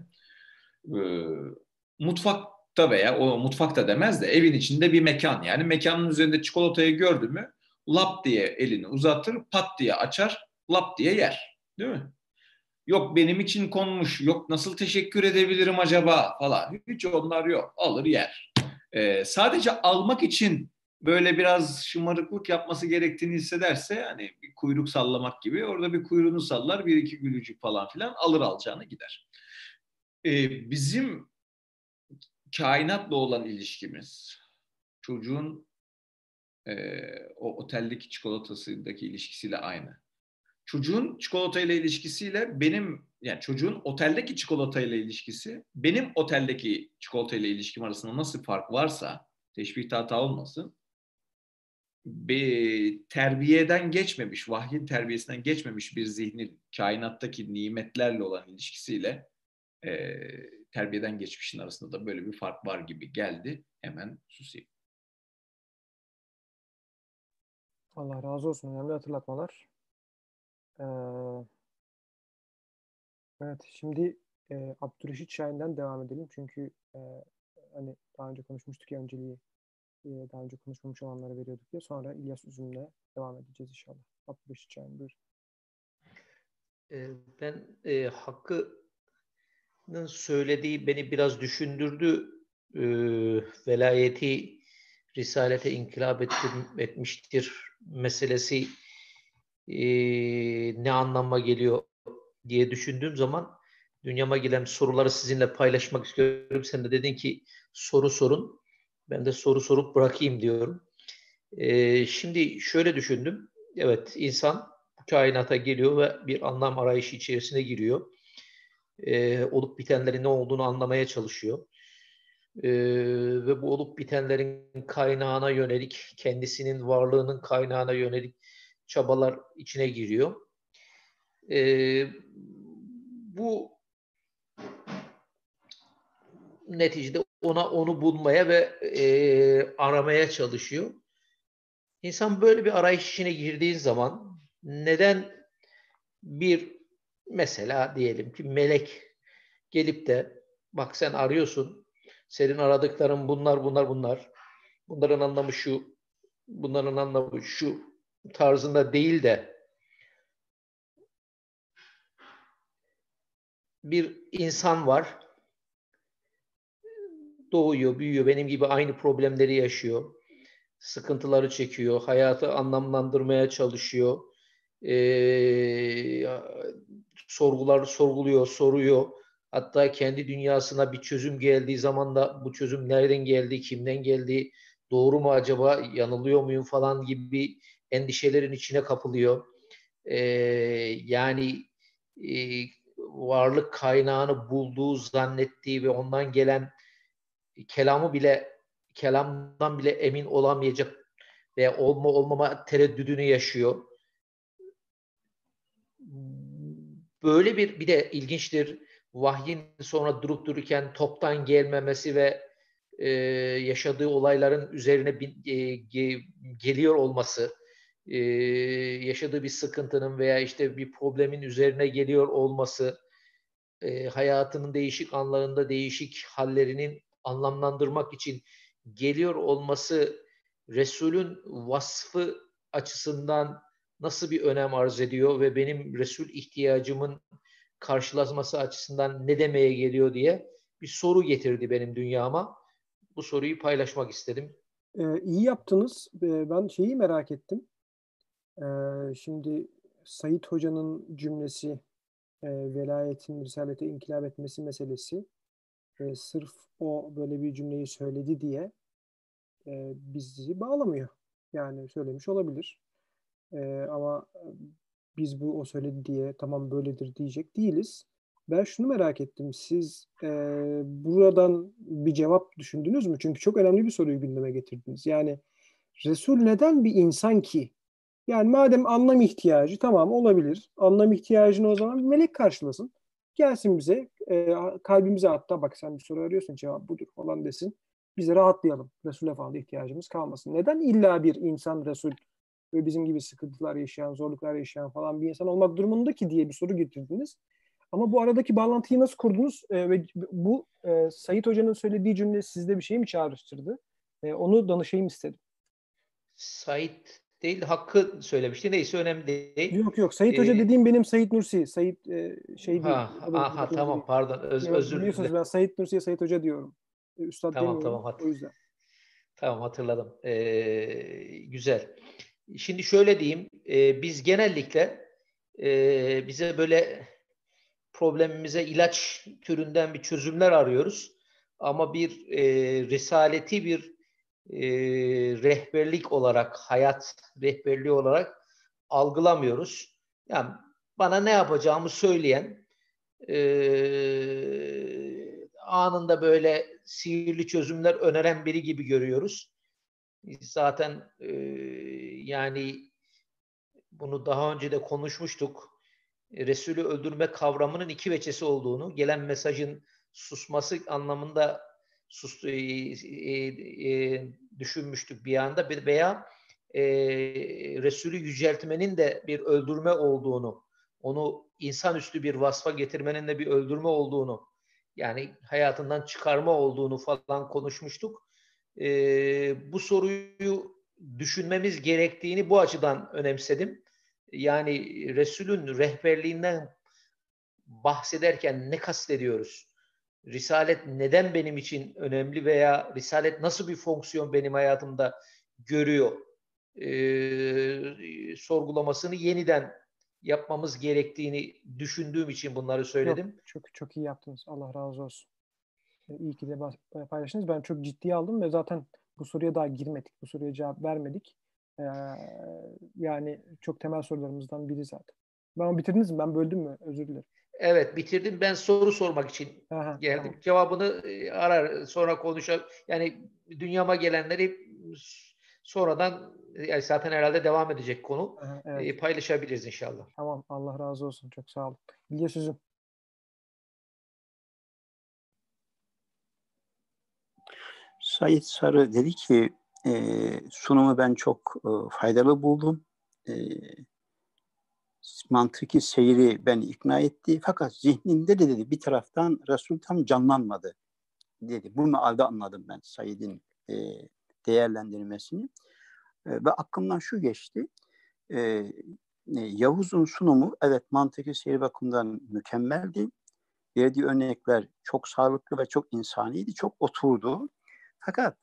mutfakta veya o mutfakta demez de evin içinde bir mekan. Yani mekanın üzerinde çikolatayı gördü mü lap diye elini uzatır, pat diye açar, lap diye yer. Değil mi? Yok benim için konmuş, yok nasıl teşekkür edebilirim acaba falan. Hiç onlar yok. Alır yer. Sadece almak için böyle biraz şımarıklık yapması gerektiğini hissederse, yani bir kuyruk sallamak gibi, orada bir kuyruğunu sallar, bir iki gülücük falan filan alır alacağını gider. Bizim kainatla olan ilişkimiz, çocuğun o oteldeki çikolatasındaki ilişkisiyle aynı. Çocuğun çikolatayla ilişkisiyle benim, yani çocuğun oteldeki çikolatayla ilişkisi, benim oteldeki çikolatayla ilişkim arasında nasıl fark varsa, teşbihte hata olmasın, terbiyeden geçmemiş, vahyin terbiyesinden geçmemiş bir zihnin kainattaki nimetlerle olan ilişkisiyle terbiyeden geçmişin arasında da böyle bir fark var gibi geldi. Hemen susayım. Allah razı olsun. Önemli hatırlatmalar. Evet, şimdi Abdülreşit Şahin'den devam edelim. Çünkü hani daha önce konuşmuştuk ya, önceliği daha önce konuşmamış olanlara veriyorduk diye. Sonra İlyas Üzüm'le devam edeceğiz inşallah. Abdülreşit Şahin, buyur. Ben Hakkı'nın söylediği beni biraz düşündürdü. Velayeti risalete inkılap etmiştir meselesi ne anlama geliyor diye düşündüğüm zaman dünyama gelen soruları sizinle paylaşmak istiyorum. Sen de dedin ki soru sorun. Ben de soru sorup bırakayım diyorum. Şimdi şöyle düşündüm. Evet, insan kainata geliyor ve bir anlam arayışı içerisine giriyor. Olup bitenlerin ne olduğunu anlamaya çalışıyor. Ve bu olup bitenlerin kaynağına yönelik, kendisinin varlığının kaynağına yönelik çabalar içine giriyor. Bu neticede onu bulmaya ve aramaya çalışıyor. İnsan böyle bir arayış içine girdiğin zaman neden mesela diyelim ki melek gelip de bak sen arıyorsun, senin aradıkların bunlar. Bunların anlamı şu, bunların anlamı şu tarzında değil de bir insan var, doğuyor, büyüyor, benim gibi aynı problemleri yaşıyor, sıkıntıları çekiyor, hayatı anlamlandırmaya çalışıyor, sorguluyor, soruyor. Hatta kendi dünyasına bir çözüm geldiği zaman da bu çözüm nereden geldi, kimden geldi, doğru mu acaba, yanılıyor muyum falan gibi endişelerin içine kapılıyor. Yani varlık kaynağını bulduğu zannettiği ve ondan gelen kelamdan bile emin olamayacak veya olmama tereddüdünü yaşıyor. Böyle bir de ilginçtir. Vahyin sonra durup dururken toptan gelmemesi ve yaşadığı olayların üzerine geliyor olması, yaşadığı bir sıkıntının veya işte bir problemin üzerine geliyor olması, hayatının değişik anlarında değişik hallerinin anlamlandırmak için geliyor olması Resul'ün vasfı açısından nasıl bir önem arz ediyor ve benim Resul ihtiyacımın karşılanması açısından ne demeye geliyor diye bir soru getirdi benim dünyama. Bu soruyu paylaşmak istedim. İyi yaptınız. Ben şeyi merak ettim. Şimdi Said Hoca'nın cümlesi, velayetin risalete inkılap etmesi meselesi, sırf o böyle bir cümleyi söyledi diye bizi bağlamıyor. Yani söylemiş olabilir. Ama biz bu o söyledi diye tamam böyledir diyecek değiliz. Ben şunu merak ettim. Siz buradan bir cevap düşündünüz mü? Çünkü çok önemli bir soruyu gündeme getirdiniz. Yani Resul neden bir insan ki? Yani madem anlam ihtiyacı, tamam olabilir. Anlam ihtiyacını o zaman bir melek karşılasın. Gelsin bize, kalbimize hatta bak sen bir soru arıyorsun, cevap budur falan desin. Bize rahatlayalım. Resul'e falan da ihtiyacımız kalmasın. Neden illa bir insan Resul ve bizim gibi sıkıntılar yaşayan, zorluklar yaşayan falan bir insan olmak durumunda ki diye bir soru getirdiniz. Ama bu aradaki bağlantıyı nasıl kurdunuz? Ve bu Said Hoca'nın söylediği cümle sizde bir şey mi çağrıştırdı? Onu danışayım istedim. Said değil, Hakkı söylemişti. Neyse önemli değil. Yok. Said Hoca dediğim benim Said Nursi. Said şey değil. Tamam Değil. pardon. Özür Biliyorsunuz dilerim. ben Said Nursi'ye Said Hoca diyorum. Üstad Tamam demiyorum. O yüzden. Tamam hatırladım. Güzel. Şimdi şöyle diyeyim. Biz genellikle bize böyle problemimize ilaç türünden bir çözümler arıyoruz. Ama bir risaleti bir rehberlik olarak, hayat rehberliği olarak algılamıyoruz. Yani bana ne yapacağımı söyleyen, anında böyle sihirli çözümler öneren biri gibi görüyoruz. Zaten yani bunu daha önce de konuşmuştuk. Resulü öldürme kavramının iki veçesi olduğunu, gelen mesajın susması anlamında düşünmüştük bir anda veya Resulü yüceltmenin de bir öldürme olduğunu, onu insanüstü bir vasfa getirmenin de bir öldürme olduğunu, yani hayatından çıkarma olduğunu falan konuşmuştuk. Bu soruyu düşünmemiz gerektiğini bu açıdan önemsedim. Yani Resul'ün rehberliğinden bahsederken ne kastediyoruz? Risalet neden benim için önemli veya Risalet nasıl bir fonksiyon benim hayatımda görüyor? Sorgulamasını yeniden yapmamız gerektiğini düşündüğüm için bunları söyledim. Yok, çok iyi yaptınız. Allah razı olsun. İyi ki de paylaştınız. Ben çok ciddiye aldım ve zaten bu soruya daha girmedik. Bu soruya cevap vermedik. Yani çok temel sorularımızdan biri zaten. Bitirdiniz mi? Ben böldüm mü? Özür dilerim. Evet bitirdim. Ben soru sormak için geldim. Tamam. Cevabını arar sonra konuşalım. Yani dünyama gelenleri sonradan yani zaten herhalde devam edecek konu. Evet. Paylaşabiliriz inşallah. Tamam. Allah razı olsun. Çok sağ olun. İlyas sözüm. Said Sarı dedi ki sunumu ben çok faydalı buldum. Mantıki seyri beni ikna etti. Fakat zihnimde de dedi bir taraftan Resul tam canlanmadı dedi. Bu mealde anladım ben Said'in değerlendirmesini. Ve aklımdan şu geçti. Yavuz'un sunumu evet mantıki seyir bakımından mükemmeldi. Verdiği örnekler çok sağlıklı ve çok insaniydi. Çok oturdu. Fakat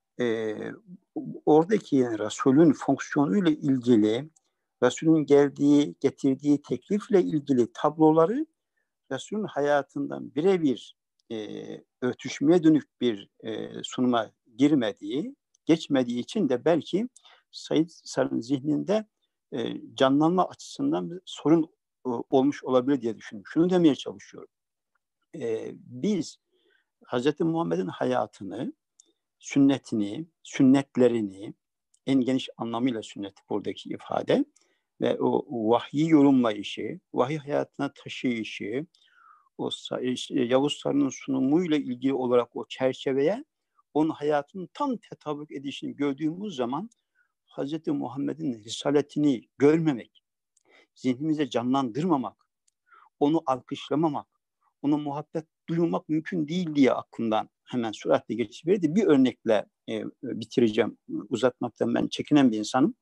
oradaki Resul'ün fonksiyonuyla ilgili, Resul'ün getirdiği teklifle ilgili tabloları Resul'ün hayatından birebir örtüşmeye dönük bir sunuma girmediği, geçmediği için de belki Said Sarı'nın zihninde canlanma açısından bir sorun olmuş olabilir diye düşünüyorum. Şunu demeye çalışıyorum. Biz Hz. Muhammed'in hayatını, sünnetini, sünnetlerini, en geniş anlamıyla sünnet buradaki ifade ve o vahyi yorumlayışı, vahiy hayatına taşıyışı, o Yavuz Sarı'nın sunumuyla ilgili olarak o çerçeveye onun hayatının tam tetabük edişini gördüğümüz zaman Hz. Muhammed'in risaletini görmemek, zihnimize canlandırmamak, onu alkışlamamak, ona muhabbet duymak mümkün değil diye aklımdan hemen süratle geçiverdi. Bir örnekle bitireceğim. Uzatmaktan ben çekinen bir insanım.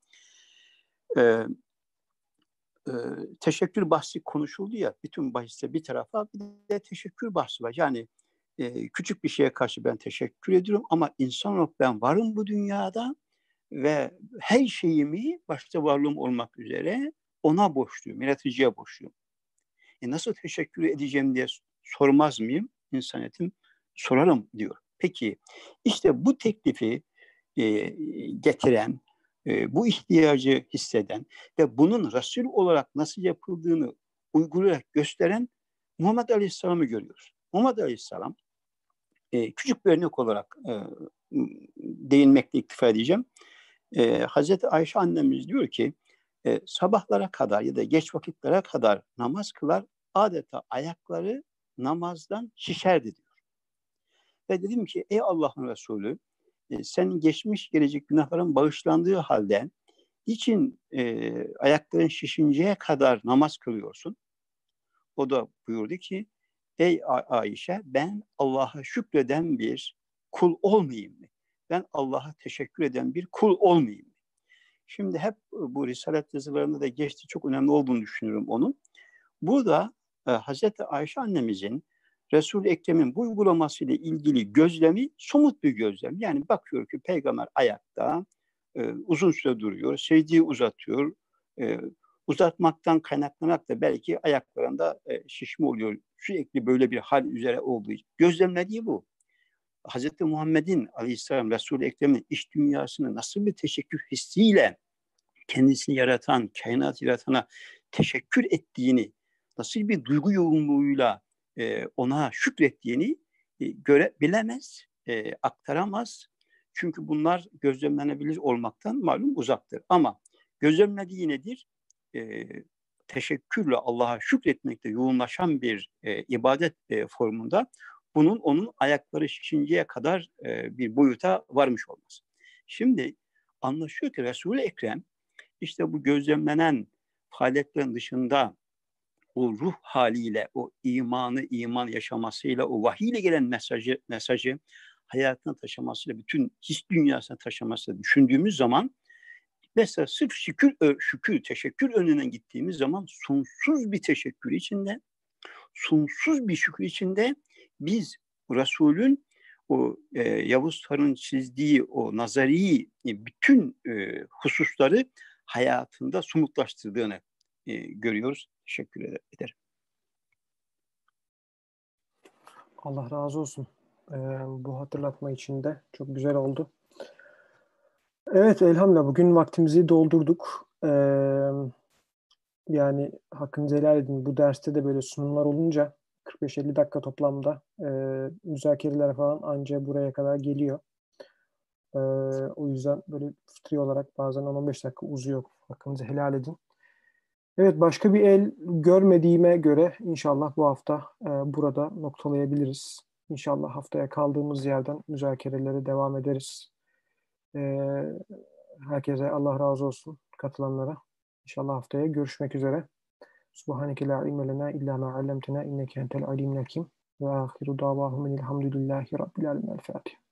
Teşekkür bahsi konuşuldu ya, bütün bahiste bir tarafa bir de teşekkür bahsi var. Yani küçük bir şeye karşı ben teşekkür ediyorum ama insan olarak ben varım bu dünyada ve her şeyimi başta varlığım olmak üzere ona borçluyum, yaratıcıya borçluyum. Nasıl teşekkür edeceğim diye sormaz mıyım? İnsaniyetim sorarım diyor. Peki işte bu teklifi getiren, bu ihtiyacı hisseden ve bunun Resul olarak nasıl yapıldığını uygulayarak gösteren Muhammed Aleyhisselam'ı görüyoruz. Muhammed Aleyhisselam küçük bir örnek olarak değinmekle iktifa edeceğim. Hazreti Ayşe annemiz diyor ki sabahlara kadar ya da geç vakitlere kadar namaz kılar, adeta ayakları namazdan şişerdi diyor. Ve dedim ki ey Allah'ın Resulü, senin geçmiş gelecek günahların bağışlandığı halde niçin ayakların şişinceye kadar namaz kılıyorsun? O da buyurdu ki ey Ayşe, ben Allah'a şükreden bir kul olmayayım mı? Ben Allah'a teşekkür eden bir kul olmayayım mı? Şimdi hep bu Risalet yazılarında da geçti, çok önemli olduğunu düşünüyorum onun. Burada Hazreti Ayşe annemizin Resul-i Ekrem'in bu uygulamasıyla ilgili gözlemi somut bir gözlem. Yani bakıyor ki peygamber ayakta uzun süre duruyor, secdeyi uzatıyor. Uzatmaktan kaynaklanarak da belki ayaklarında şişme oluyor. Sürekli böyle bir hal üzere olduğu için. Gözlemlediği bu. Hazreti Muhammed'in Aleyhisselam Resul-i Ekrem'in iç dünyasını nasıl bir teşekkür hissiyle kendisini yaratan, kainat yaratana teşekkür ettiğini, nasıl bir duygu yoğunluğuyla ona şükrettiğini görebilemez, aktaramaz. Çünkü bunlar gözlemlenebilir olmaktan malum uzaktır. Ama gözlemlediği nedir? Teşekkürle Allah'a şükretmekte yoğunlaşan bir ibadet formunda bunun onun ayakları şişinceye kadar bir boyuta varmış olması. Şimdi anlaşıyor ki Resul-i Ekrem işte bu gözlemlenen faaliyetlerin dışında o ruh haliyle, o iman yaşamasıyla, o vahiyle gelen mesajı hayatına taşımasıyla, bütün his dünyasına taşımasıyla düşündüğümüz zaman mesela sırf şükür, teşekkür önüne gittiğimiz zaman sonsuz bir teşekkür içinde, sonsuz bir şükür içinde biz Resul'ün o Yavuz Sarı'nın çizdiği o nazari bütün hususları hayatında somutlaştırdığını görüyoruz. Teşekkür ederim. Allah razı olsun. Bu hatırlatma için de çok güzel oldu. Evet, elhamdülillah bugün vaktimizi doldurduk. Yani hakkınızı helal edin. Bu derste de böyle sunumlar olunca 45-50 dakika toplamda müzakereler falan anca buraya kadar geliyor. O yüzden böyle fıtri olarak bazen 10-15 dakika uzuyor. Hakkınızı helal edin. Evet, başka bir el görmediğime göre inşallah bu hafta burada noktalayabiliriz. İnşallah haftaya kaldığımız yerden müzakerelere devam ederiz. Herkese Allah razı olsun, katılanlara. İnşallah haftaya görüşmek üzere. Subhaneke la ilme lena illa ma allamtena inneke entel alimul hakim ve ahiru davahum elhamdülillahi rabbil alamin. El Fatiha.